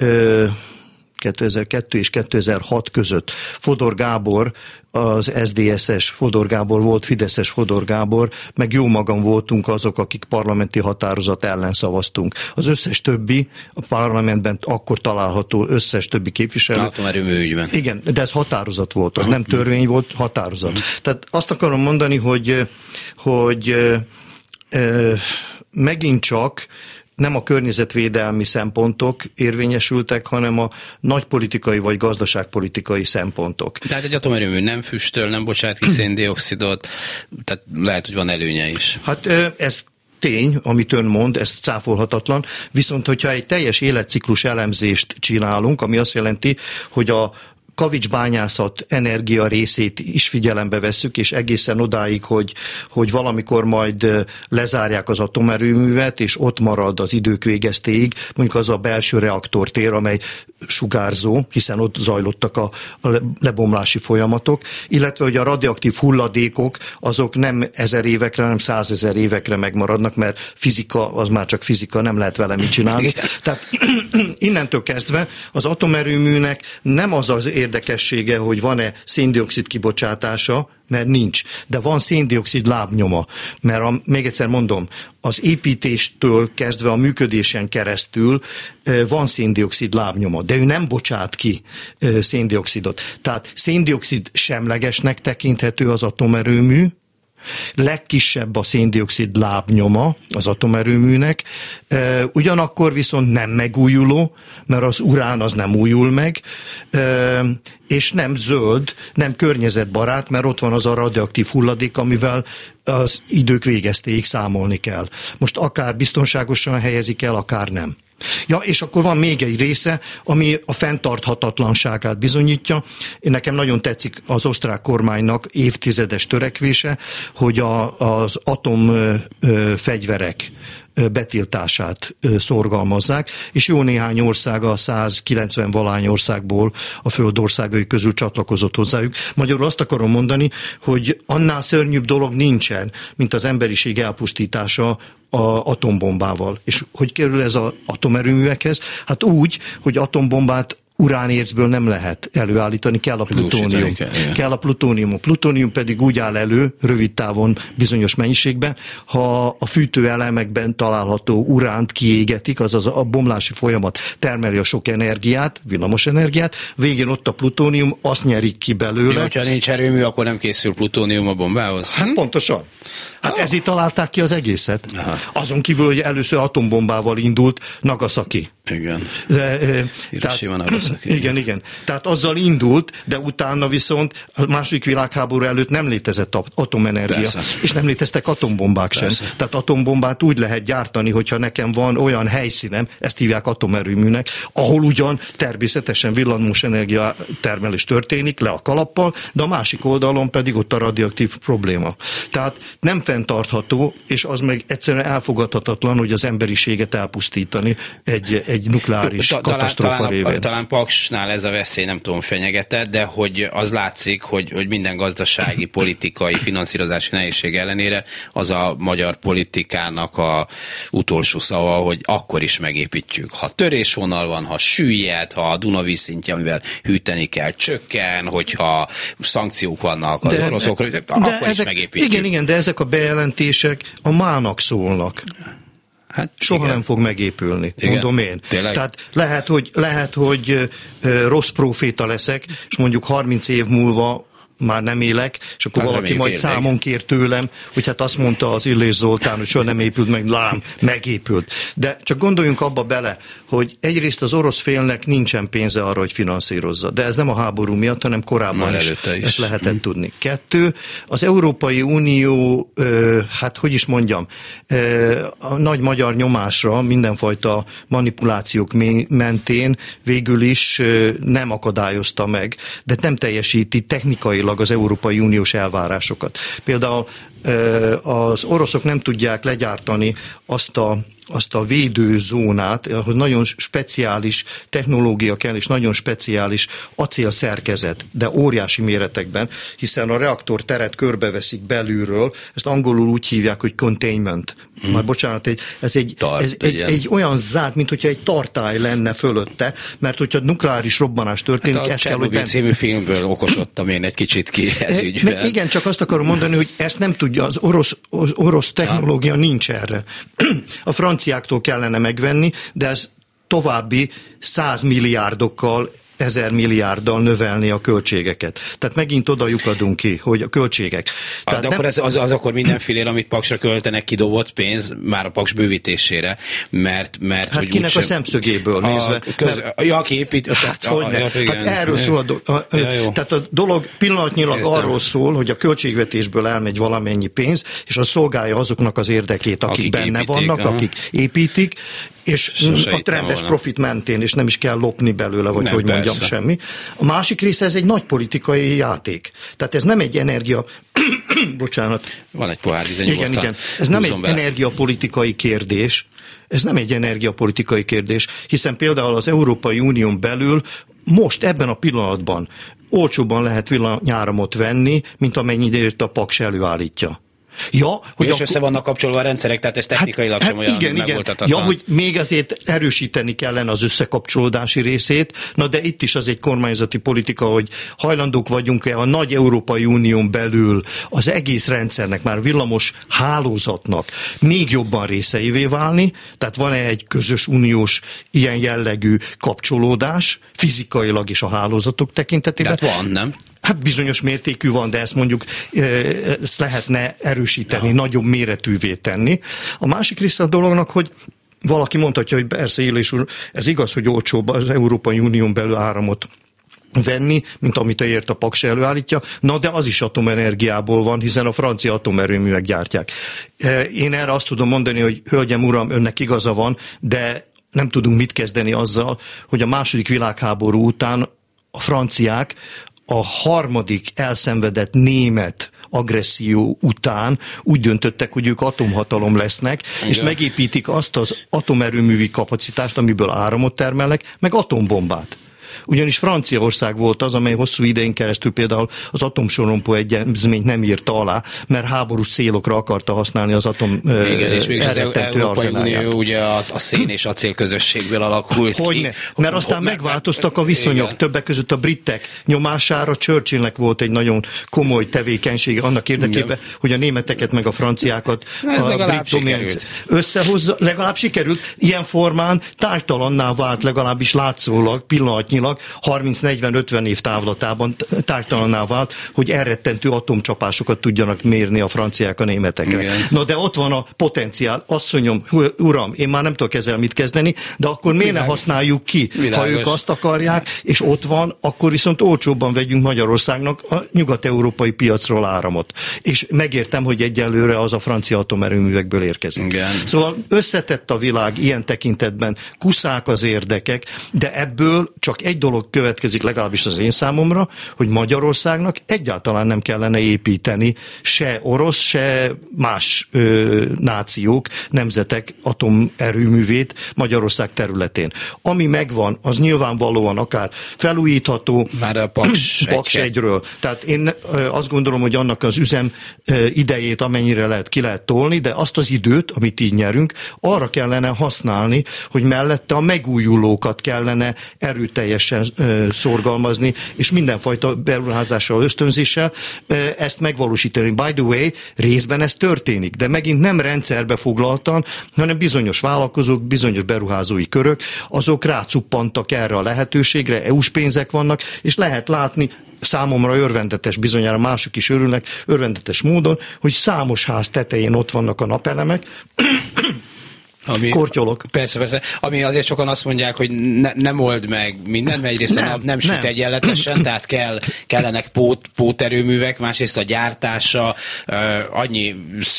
kétezer-kettő és kétezer-hat között Fodor Gábor, az es zé dé es-es Fodor Gábor volt, fideszes Fodor Gábor, meg jó magam voltunk azok, akik parlamenti határozat ellen szavaztunk. Az összes többi, a parlamentben akkor található összes többi képviselő. Atomerőmű ügyben. Igen, de ez határozat volt, az nem törvény volt, határozat. Tehát azt akarom mondani, hogy, hogy ö, megint csak nem a környezetvédelmi szempontok érvényesültek, hanem a nagypolitikai vagy gazdaságpolitikai szempontok. Tehát egy atomerőmű nem füstöl, nem bocsát ki széndioxidot, tehát lehet, hogy van előnye is. Hát ez tény, amit ön mond, ez cáfolhatatlan, viszont hogyha egy teljes életciklus elemzést csinálunk, ami azt jelenti, hogy a kavicsbányászat energia részét is figyelembe vesszük, és egészen odáig, hogy, hogy valamikor majd lezárják az atomerőművet, és ott marad az idők végeztéig, mondjuk az a belső reaktortér, amely sugárzó, hiszen ott zajlottak a, a lebomlási folyamatok, illetve hogy a radioaktív hulladékok azok nem ezer évekre, hanem százezer évekre megmaradnak, mert fizika, az már csak fizika, nem lehet vele mit csinálni. Tehát innentől kezdve az atomerőműnek nem az az érdekessége, hogy van-e széndioxid kibocsátása, mert nincs. De van széndioxid lábnyoma. Mert a, még egyszer mondom, az építéstől kezdve a működésen keresztül van széndioxid lábnyoma, de ő nem bocsát ki széndioxidot. Tehát széndioxid semlegesnek tekinthető az atomerőmű, legkisebb a széndioxid lábnyoma az atomerőműnek, ugyanakkor viszont nem megújuló, mert az urán az nem újul meg, és nem zöld, nem környezetbarát, mert ott van az a radioaktív hulladék, amivel az idők végeztéig számolni kell. Most akár biztonságosan helyezik el, akár nem. Ja, és akkor van még egy része, ami a fenntarthatatlanságát bizonyítja. Nekem nagyon tetszik az osztrák kormánynak évtizedes törekvése, hogy a, az atomfegyverek betiltását szorgalmazzák, és jó néhány ország a százkilencven valány országból a föld országai közül csatlakozott hozzájuk. Magyarul azt akarom mondani, hogy annál szörnyűbb dolog nincsen, mint az emberiség elpusztítása a atombombával. És hogy kerül ez az atomerőművekhez? Hát úgy, hogy atombombát uránércből nem lehet előállítani, kell a plutónium. Kell, kell a plutónium. A plutónium pedig úgy áll elő, rövid távon bizonyos mennyiségben, ha a fűtőelemekben található uránt kiégetik, azaz a bomlási folyamat termeli a sok energiát, villamos energiát, végén ott a plutónium, azt nyerik ki belőle. Jó, hogyha nincs erőmű, akkor nem készül plutónium a bombához? Hát pontosan. Hát oh. ezért találták ki az egészet. Aha. Azon kívül, hogy először atombombával indult Nagasaki. Igen. De, tehát, igen, igen. Tehát azzal indult, de utána viszont a második világháború előtt nem létezett atomenergia, persze, és nem léteztek atombombák sem. Persze. Tehát atombombát úgy lehet gyártani, hogyha nekem van olyan helyszínem, ezt hívják atomerőműnek, ahol ugyan természetesen villamos energia termelés történik le a kalappal, de a másik oldalon pedig ott a radioaktív probléma. Tehát nem fenntartható, és az meg egyszerűen elfogadhatatlan, hogy az emberiséget elpusztítani egy, egy nukleáris Ta, katasztrófa talán, révén. Talán, talán Paksnál ez a veszély nem tudom fenyegetett, de hogy az látszik, hogy, hogy minden gazdasági, politikai, finanszírozási nehézség ellenére az a magyar politikának a utolsó szava, hogy akkor is megépítjük. Ha törésvonal van, ha süllyed, ha a Dunavíz szintje, amivel hűteni kell, csökken, hogyha szankciók vannak az de, oroszokra, de akkor ezek, is megépítjük. Igen, igen, de ezek a bejelentések a mának szólnak. Hát soha igen. nem fog megépülni, igen. mondom én. Tényleg? Tehát lehet, hogy, lehet, hogy rossz proféta leszek, és mondjuk harminc év múlva már nem élek, és akkor hát valaki majd érdek. számon kér tőlem, hogy hát azt mondta az Illés Zoltán, hogy soha nem épült meg, lám, megépült. De csak gondoljunk abba bele, hogy egyrészt az orosz félnek nincsen pénze arra, hogy finanszírozza. De ez nem a háború miatt, hanem korábban is, is ezt lehetett hmm. tudni. Kettő, az Európai Unió, hát hogy is mondjam, a nagy magyar nyomásra mindenfajta manipulációk mentén végül is nem akadályozta meg, de nem teljesíti technikailag az Európai Uniós elvárásokat. Például az oroszok nem tudják legyártani azt a azt a védőzónát, ahhoz nagyon speciális technológia kell, és nagyon speciális acélszerkezet, de óriási méretekben, hiszen a reaktor teret körbeveszik belülről, ezt angolul úgy hívják, hogy containment. Hmm. Már bocsánat, ez egy, Tart, ez egy, egy olyan zárt, mint hogyha egy tartály lenne fölötte, mert hogyha nukleáris robbanás történik, hát ez kell, hogy bent... című filmből okosodtam én egy kicsit ki ez ügyben. Igen, csak azt akarom mondani, hogy ezt nem tudja, az orosz, az orosz technológia ja. nincs erre. A franciáktól kellene megvenni, de ez további száz milliárdokkal ezer milliárddal növelni a költségeket. Tehát megint oda lyukadunk ki, hogy a költségek. Tehát de nem... akkor ez, az, az akkor mindenféle, amit Paksra költenek, kidobott pénz már a Paks bővítésére, mert... mert hát hogy kinek úgysem, a szemszögéből nézve. A, köz, mert, ja, aki épít... Hát, a, a, hát erről szól a, do, a, ja, tehát a dolog pillanatnyilag Értem. arról szól, hogy a költségvetésből elmegy valamennyi pénz, és az szolgálja azoknak az érdekét, akik, akik benne építik, vannak, aha. akik építik, és Sose a trendes volna. profit mentén, és nem is kell lopni belőle, vagy nem, hogy mondjam, persze. semmi. A másik része, ez egy nagy politikai játék. Tehát ez nem egy energia... Bocsánat. Van egy pohár víz, igen, igen. Ez nem egy be. energiapolitikai kérdés, ez nem egy energiapolitikai kérdés, hiszen például az Európai Unión belül most ebben a pillanatban olcsóbban lehet villanyáramot venni, mint amennyit a Paks előállítja. Ja, hogy és akkor... össze vannak kapcsolva a rendszerek, tehát ez technikailag hát, sem hát olyan igen, megoldhatatlan. Ja, hogy még azért erősíteni kellene az összekapcsolódási részét, na de itt is az egy kormányzati politika, hogy hajlandók vagyunk-e a nagy Európai Unión belül az egész rendszernek, már villamos hálózatnak még jobban részeivé válni, tehát van-e egy közös uniós ilyen jellegű kapcsolódás, fizikailag is a hálózatok tekintetében. De hát van, nem? Hát bizonyos mértékű van, de ezt mondjuk ezt lehetne erősíteni, ja. nagyobb méretűvé tenni. A másik része a dolognak, hogy valaki mondhatja, hogy persze, Illés úr, ez igaz, hogy olcsóbb az Európai Unión belül áramot venni, mint amit ért a Paks előállítja, na de az is atomenergiából van, hiszen a francia atomerőművek gyártják. Én erre azt tudom mondani, hogy hölgyem, uram, önnek igaza van, de nem tudunk mit kezdeni azzal, hogy a második világháború után a franciák a harmadik elszenvedett német agresszió után úgy döntöttek, hogy ők atomhatalom lesznek, igen. és megépítik azt az atomerőművi kapacitást, amiből áramot termelnek, meg atombombát. Ugyanis Franciaország volt az, amely hosszú ideig keresztül például az atomsorompó egyezményt nem írta alá, mert háborús célokra akarta használni az atom igen, és még az Európai Unió ugye az, a szén és acél közösségből alakult Hogyne, ki. Mert aztán megváltoztak a viszonyok, igen. többek között a britek nyomására. Churchillnek volt egy nagyon komoly tevékenysége annak érdekében, igen. hogy a németeket meg a franciákat ez a brit dominant összehozza. Legalább sikerült. Ilyen formán tártalanná vált, legalábbis látszólag, pillanatnyilag harminc negyven ötven év távlatában tártalanná vált, hogy elrettentő atomcsapásokat tudjanak mérni a franciák a németekre. Igen. Na de ott van a potenciál. Asszonyom, uram, én már nem tudok ezzel mit kezdeni, de akkor miért ne használjuk ki? Világos. Ha ők azt akarják, és ott van, akkor viszont olcsóbban vegyünk Magyarországnak a nyugat-európai piacról áramot. És megértem, hogy egyelőre az a francia atomerőművekből érkezik. Igen. Szóval összetett a világ ilyen tekintetben, kuszák az érdekek, de ebből csak egy dolog következik, legalábbis az én számomra, hogy Magyarországnak egyáltalán nem kellene építeni se orosz, se más ö, nációk, nemzetek atomerőművét Magyarország területén. Ami megvan, az nyilvánvalóan akár felújítható, már a Paks, Paks egyről. Tehát én ö, azt gondolom, hogy annak az üzem ö, idejét amennyire lehet ki lehet tolni, de azt az időt, amit így nyerünk, arra kellene használni, hogy mellette a megújulókat kellene erőteljesen szorgalmazni, és mindenfajta beruházással, ösztönzéssel ezt megvalósítani. By the way, részben ez történik, de megint nem rendszerbe foglaltan, hanem bizonyos vállalkozók, bizonyos beruházói körök, azok rácuppantak erre a lehetőségre, é u-s pénzek vannak, és lehet látni, számomra örvendetes, bizonyára mások is örülnek, örvendetes módon, hogy számos ház tetején ott vannak a napelemek, Ami, kortyolok. Persze, persze. Ami azért sokan azt mondják, hogy ne, nem old meg minden, mert egyrészt nem, a nap nem süt egyenletesen, tehát kell, kellenek pót, póterőművek, másrészt a gyártása, uh, annyi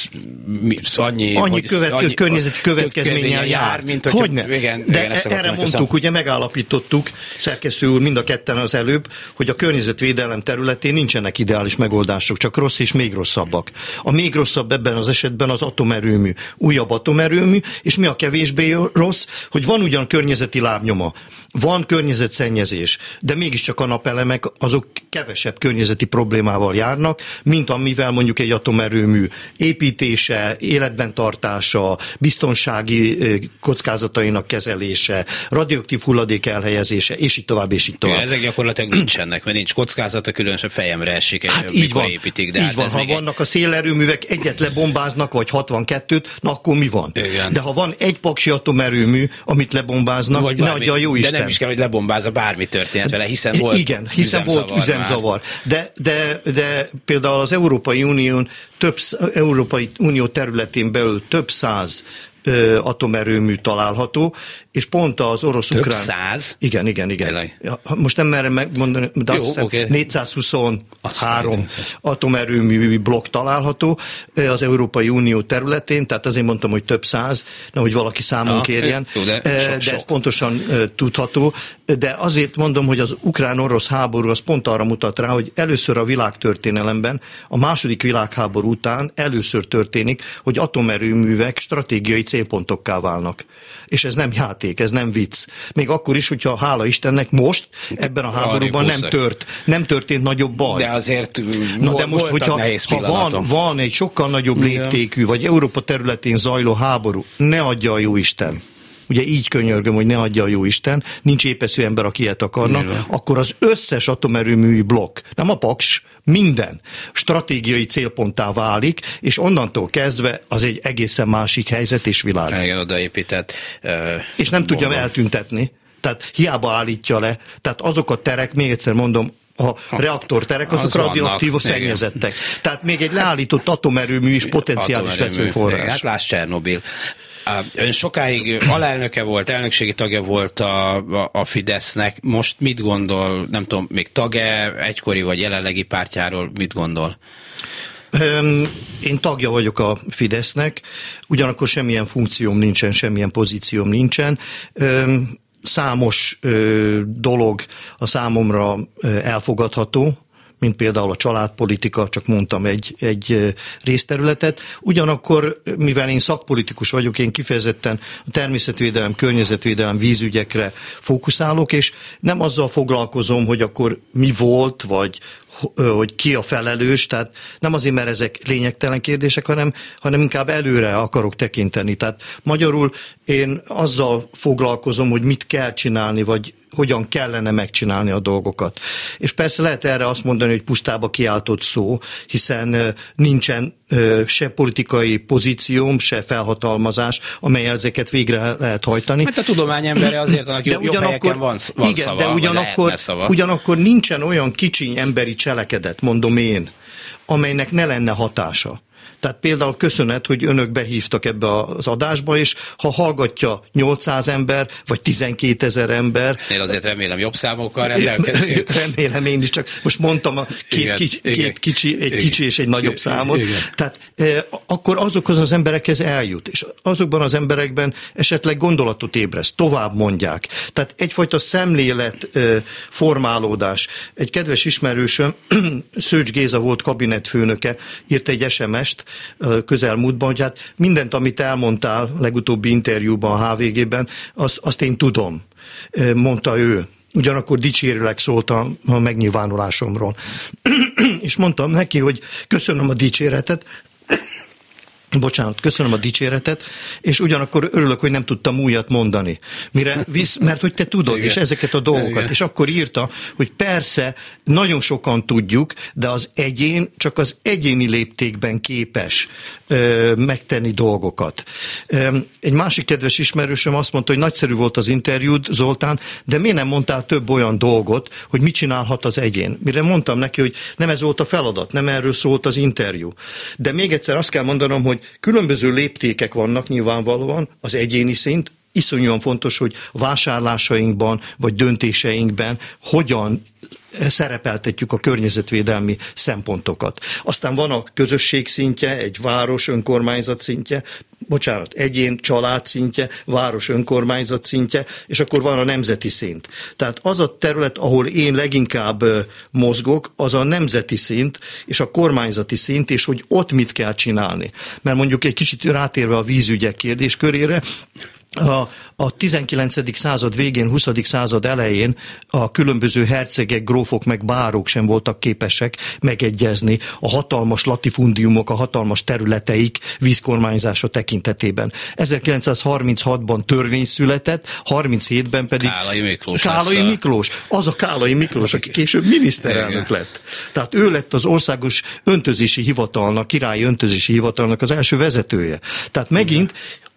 annyi, annyi, hogy, követ, annyi környezeti következménnyel jár, jár, mint hogy... Hogyne? Igen, de igen, erre mondtuk, köszön. Ugye megállapítottuk, szerkesztő úr, mind a ketten az előbb, hogy a környezetvédelem területén nincsenek ideális megoldások, csak rossz és még rosszabbak. A még rosszabb ebben az esetben az atomerőmű, újabb atomerőmű, és mi a kevésbé rossz, hogy van ugyan környezeti lábnyoma, van környezetszennyezés, de mégiscsak a napelemek azok kevesebb környezeti problémával járnak, mint amivel mondjuk egy atomerőmű építése, életben tartása, biztonsági kockázatainak kezelése, radioaktív hulladék elhelyezése, és így tovább, és így tovább. Igen, ezek gyakorlatilag nincsenek, mert nincs kockázata, különösebb fejemre esik, hát így van, építik. De így hát van, ha vannak egy... a szélerőművek, egyet lebombáznak, vagy hatvankettőt, na akkor mi van? Igen. De ha van egy paksi atomerőmű, amit lebombáznak, ne adja a jó Isten, nem is kell, hogy lebombázza, bármi történet vele, hiszen volt Igen, hiszen volt üzemzavar. De, de, de például az Európai Unión több, Európai Unió területén belül több száz atomerőmű található, és pont az orosz-ukrán... Több száz? Igen, igen, igen. Ja, most nem merem megmondani, de azt hiszem okay. négyszázhuszonhárom atomerőmű blokk található az Európai Unió területén, tehát azért mondtam, hogy több száz, nehogy valaki számon ah, kérjen, jó, de, de sok, ez pontosan tudható. De azért mondom, hogy az ukrán-orosz háború az pont arra mutat rá, hogy először a világtörténelemben, a második világháború után először történik, hogy atomerőművek stratégiai célpontokká válnak. És ez nem játék, ez nem vicc. Még akkor is, hogyha hála Istennek most ebben a háborúban nem tört, nem történt nagyobb baj. De azért Na, de most, hogyha ha van, van egy sokkal nagyobb léptékű, vagy Európa területén zajló háború, ne adja a jóisten. Ugye így könyörgöm, hogy ne adja a jóisten, nincs épeszű ember, aki ilyet akarna, Nyilván. Akkor az összes atomerőmű blokk, nem a Paks, minden stratégiai célponttá válik, és onnantól kezdve az egy egészen másik helyzet és világ. Igen, odaépített. Uh, és nem bomba. Tudja eltüntetni. Tehát hiába állítja le. Tehát azok a terek, még egyszer mondom, a reaktorterek, azok az radioaktív szennyezettek. Tehát még egy leállított atomerőmű is potenciális veszőforrás. Hát láss Csernobil. Ön sokáig alelnöke volt, elnökségi tagja volt a, a, a Fidesznek. Most mit gondol, nem tudom, még tag-e egykori vagy jelenlegi pártjáról, mit gondol? Én tagja vagyok a Fidesznek, ugyanakkor semmilyen funkcióm nincsen, semmilyen pozícióm nincsen. Számos dolog a számomra elfogadható, mint például a családpolitika, csak mondtam egy, egy részterületet. Ugyanakkor, mivel én szakpolitikus vagyok, én kifejezetten a természetvédelem, környezetvédelem, vízügyekre fókuszálok, és nem azzal foglalkozom, hogy akkor mi volt, vagy hogy ki a felelős, tehát nem azért, mert ezek lényegtelen kérdések, hanem, hanem inkább előre akarok tekinteni. Tehát magyarul én azzal foglalkozom, hogy mit kell csinálni, vagy hogyan kellene megcsinálni a dolgokat. És persze lehet erre azt mondani, hogy pusztába kiáltott szó, hiszen nincsen se politikai pozícióm, se felhatalmazás, amellyel ezeket végre lehet hajtani. Hát a tudomány embere azért, annak jobb, jobb helyeken van, van igen, szava, de ugyanakkor, szava. ugyanakkor nincsen olyan kicsiny emberi cselekedet, mondom én, amelynek ne lenne hatása. Tehát például köszönet, hogy önök behívtak ebbe az adásba, és ha hallgatja nyolcszáz ember, vagy tizenkétezer ember... Én azért remélem jobb számokkal rendelkezünk. Remélem én is, csak most mondtam a két, igen, kicsi, igen, két kicsi, egy igen, kicsi és egy nagyobb igen, számot. Igen. Tehát e, akkor azokhoz az emberekhez eljut, és azokban az emberekben esetleg gondolatot ébreszt, tovább mondják. Tehát egyfajta szemlélet e, formálódás. Egy kedves ismerősöm, Szőcs Géza volt kabinetfőnöke, írt egy es em est, közelmúltban, hogy hát mindent, amit elmondtál legutóbbi interjúban a há vé gében, azt, azt én tudom, mondta ő. Ugyanakkor dicsérőleg szólt a, a megnyilvánulásomról. És mondtam neki, hogy köszönöm a dicséretet, Bocsánat, köszönöm a dicséretet, és ugyanakkor örülök, hogy nem tudtam újat mondani. Mire visz, mert hogy te tudod, igen, és ezeket a dolgokat. Igen. És akkor írta, hogy persze, nagyon sokan tudjuk, de az egyén csak az egyéni léptékben képes ö, megtenni dolgokat. Ö, egy másik kedves ismerősöm azt mondta, hogy nagyszerű volt az interjúd, Zoltán, de miért nem mondtál több olyan dolgot, hogy mit csinálhat az egyén? Mire mondtam neki, hogy nem ez volt a feladat, nem erről szólt az interjú. De még egyszer azt kell mondanom, hogy különböző léptékek vannak nyilvánvalóan, az egyéni szint, iszonyúan fontos, hogy vásárlásainkban vagy döntéseinkben hogyan szerepeltetjük a környezetvédelmi szempontokat. Aztán van a közösség szintje, egy város önkormányzat szintje, bocsánat, egyén, család szintje, város önkormányzat szintje, és akkor van a nemzeti szint. Tehát az a terület, ahol én leginkább mozgok, az a nemzeti szint, és a kormányzati szint, és hogy ott mit kell csinálni. Mert mondjuk egy kicsit rátérve a vízügyek kérdéskörére, A, a tizenkilencedik század végén, huszadik század elején a különböző hercegek, grófok meg bárók sem voltak képesek megegyezni a hatalmas latifundiumok, a hatalmas területeik vízkormányzása tekintetében. ezerkilencszázharminchatban törvény született, harminchétben pedig Kálai Miklós. Kálai Miklós. Az a Kálai Miklós, aki később miniszterelnök lett. Tehát ő lett az országos öntözési hivatalnak, királyi öntözési hivatalnak az első vezetője. Tehát megint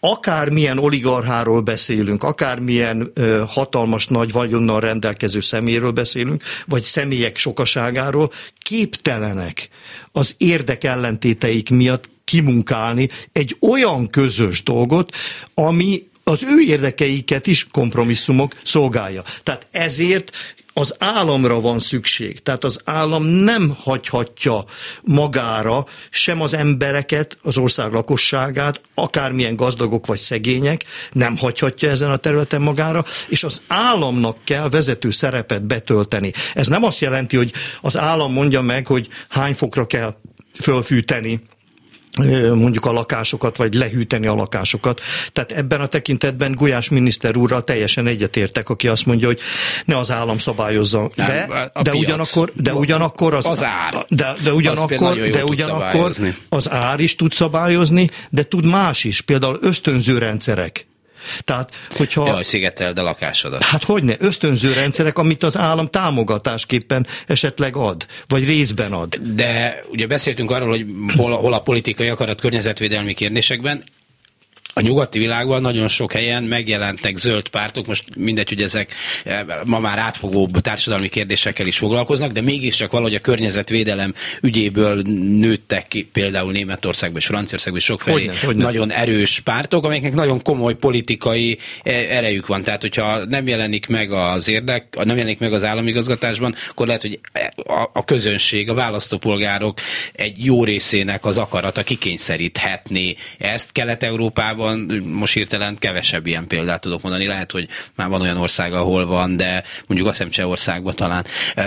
akármilyen oligarcháról beszélünk, akármilyen ö, hatalmas nagy vagyonnal rendelkező személyről beszélünk, vagy személyek sokaságáról, képtelenek az érdekellentéteik miatt kimunkálni egy olyan közös dolgot, ami az ő érdekeiket is kompromisszumok szolgálja. Tehát ezért az államra van szükség. Tehát az állam nem hagyhatja magára sem az embereket, az ország lakosságát, akármilyen gazdagok vagy szegények, nem hagyhatja ezen a területen magára, és az államnak kell vezető szerepet betölteni. Ez nem azt jelenti, hogy az állam mondja meg, hogy hány fokra kell fölfűteni mondjuk a lakásokat, vagy lehűteni a lakásokat. Tehát ebben a tekintetben Gulyás miniszter úrral teljesen egyetértek, aki azt mondja, hogy ne az állam szabályozza. De, Nem, de ugyanakkor, de ugyanakkor az, az ár. De, de ugyanakkor, de ugyanakkor az ár is tud szabályozni, de tud más is, például ösztönző rendszerek. Tehát, hogyha... Jaj, szigeteld a lakásodat. Hát hogyne, ösztönző rendszerek, amit az állam támogatásképpen esetleg ad, vagy részben ad. De ugye beszéltünk arról, hogy hol, hol a politikai akarat környezetvédelmi kérdésekben. A nyugati világban nagyon sok helyen megjelentek zöld pártok, most mindegy, hogy ezek ma már átfogóbb társadalmi kérdésekkel is foglalkoznak, de mégiscsak valahogy a környezetvédelem ügyéből nőttek ki például Németországban és Franciaországban is sokfelé hogyne, hogyne. nagyon erős pártok, amelyeknek nagyon komoly politikai erejük van. Tehát, hogyha nem jelenik meg az érdek, nem jelenik meg az államigazgatásban, akkor lehet, hogy a, a közönség, a választópolgárok egy jó részének az akarata kikényszeríthetné ezt. Kelet-Európában most hirtelen kevesebb ilyen példát tudok mondani. Lehet, hogy már van olyan ország, ahol van, de mondjuk azt hiszem Csehországban talán,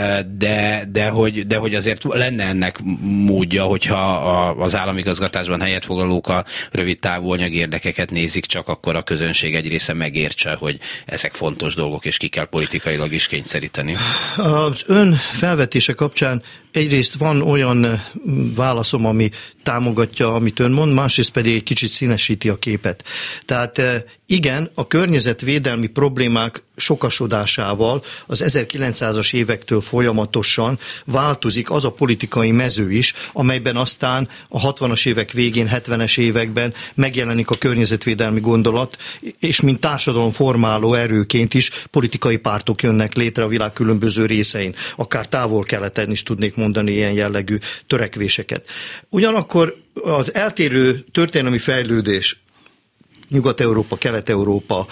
de, de, hogy, de hogy azért lenne ennek módja, hogyha az államigazgatásban helyet foglalók a rövid távú anyagi érdekeket nézik, csak akkor a közönség egy része megértse, hogy ezek fontos dolgok, és ki kell politikailag is kényszeríteni. Az ön felvetése kapcsán egyrészt van olyan válaszom, ami támogatja, amit ön mond, másrészt pedig egy kicsit színesíti a képet. Tehát igen, a környezetvédelmi problémák sokasodásával az ezerkilencszázas évektől folyamatosan változik az a politikai mező is, amelyben aztán a hatvanas évek végén, hetvenes években megjelenik a környezetvédelmi gondolat, és mint társadalomformáló erőként is politikai pártok jönnek létre a világ különböző részein. Akár távol-keleten is tudnék mondani ilyen jellegű törekvéseket. Ugyanakkor az eltérő történelmi fejlődés, Nyugat-Európa, Kelet-Európa,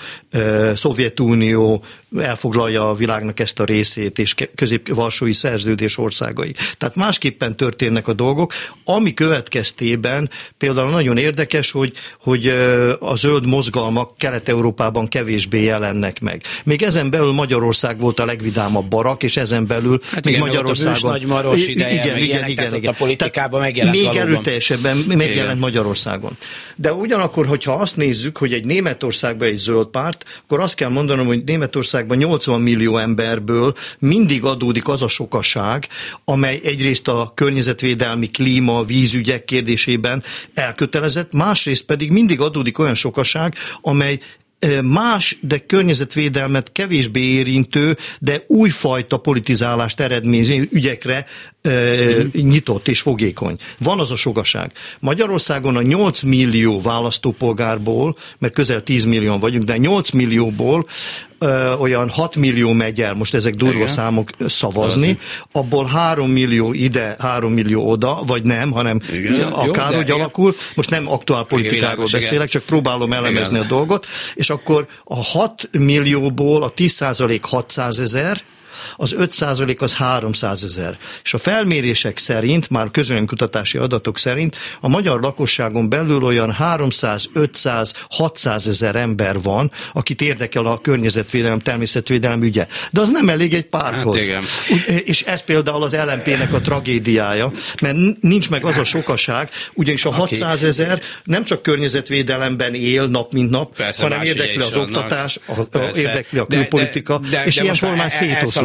Szovjetunió elfoglalja a világnak ezt a részét, és közép-varsói szerződés országai. Tehát másképpen történnek a dolgok, ami következtében például nagyon érdekes, hogy, hogy a zöld mozgalmak Kelet-Európában kevésbé jelennek meg. Még ezen belül Magyarország volt a legvidámabb barak, és ezen belül hát még igen, Magyarországon... Nagy Maros ideje, igen, igen, ilyenek, igen, igen. A politikában megjelent még valóban. Erőteljesebben megjelent igen. Magyarországon. De ugyanakkor, hogyha azt nézzük, hogy egy Németországban egy zöld párt, akkor azt kell mondanom, hogy Németországban nyolcvan millió emberből mindig adódik az a sokaság, amely egyrészt a környezetvédelmi, klíma, vízügyek kérdésében elkötelezett, másrészt pedig mindig adódik olyan sokaság, amely más, de környezetvédelmet kevésbé érintő, de újfajta politizálást eredményező ügyekre e, nyitott és fogékony. Van az a sokaság. Magyarországon a nyolc millió választópolgárból, mert közel tíz millióan vagyunk, de nyolc millióból ö, olyan hat millió megy el, most ezek durva igen. számok szavazni, abból három millió ide, három millió oda, vagy nem, hanem akárhogy alakul. Most nem aktuál politikáról igen, beszélek, csak próbálom elemezni igen. a dolgot, és akkor a hat millióból a tíz százalék hatszázezer, az öt százalék az háromszázezer. És a felmérések szerint, már közvéleménykutatási adatok szerint a magyar lakosságon belül olyan háromszáz, ötszáz, hatszázezer ember van, akit érdekel a környezetvédelem, természetvédelem ügye. De az nem elég egy párthoz. Hát és ez például az el em pé-nek a tragédiája, mert nincs meg az a sokaság, ugyanis a hatszázezer nem csak környezetvédelemben él nap mint nap, persze, hanem érdekli az oktatás, a, érdekli a külpolitika, de, de, és de ilyen formán szétoszlik.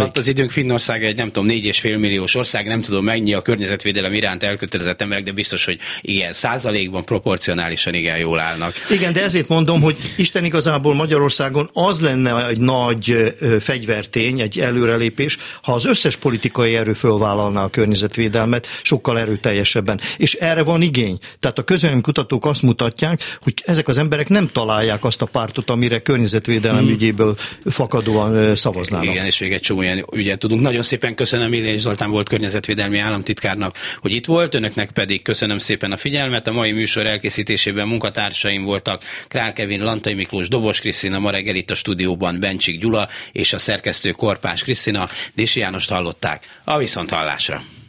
alatt az időnk, Finnország egy nem tudom, négy és fél milliós ország, nem tudom mennyi a környezetvédelem iránt elkötelezett emberek, de biztos, hogy igen, százalékban, proporcionálisan igen jól állnak. Igen, de ezért mondom, hogy Isten igazából Magyarországon az lenne egy nagy fegyvertény, egy előrelépés, ha az összes politikai erő fölvállalná a környezetvédelmet sokkal erőteljesebben. És erre van igény. Tehát a közvéleménykutatók azt mutatják, hogy ezek az emberek nem találják azt a pártot, amire környezetvédelem hmm. ügyéből fakadóan szavaznának. Igen, és még egy csomó ilyen ügyet tudunk. Nagyon szépen köszönöm, Illényi Zoltán volt környezetvédelmi államtitkárnak, hogy itt volt, önöknek pedig köszönöm szépen a figyelmet. A mai műsor elkészítésében munkatársaim voltak Král Kevin, Lantai Miklós, Dobos Krisztina, ma reggel itt a stúdióban Bencsik Gyula és a szerkesztő Korpás Krisztina. Dési Jánost hallották. A viszonthallásra.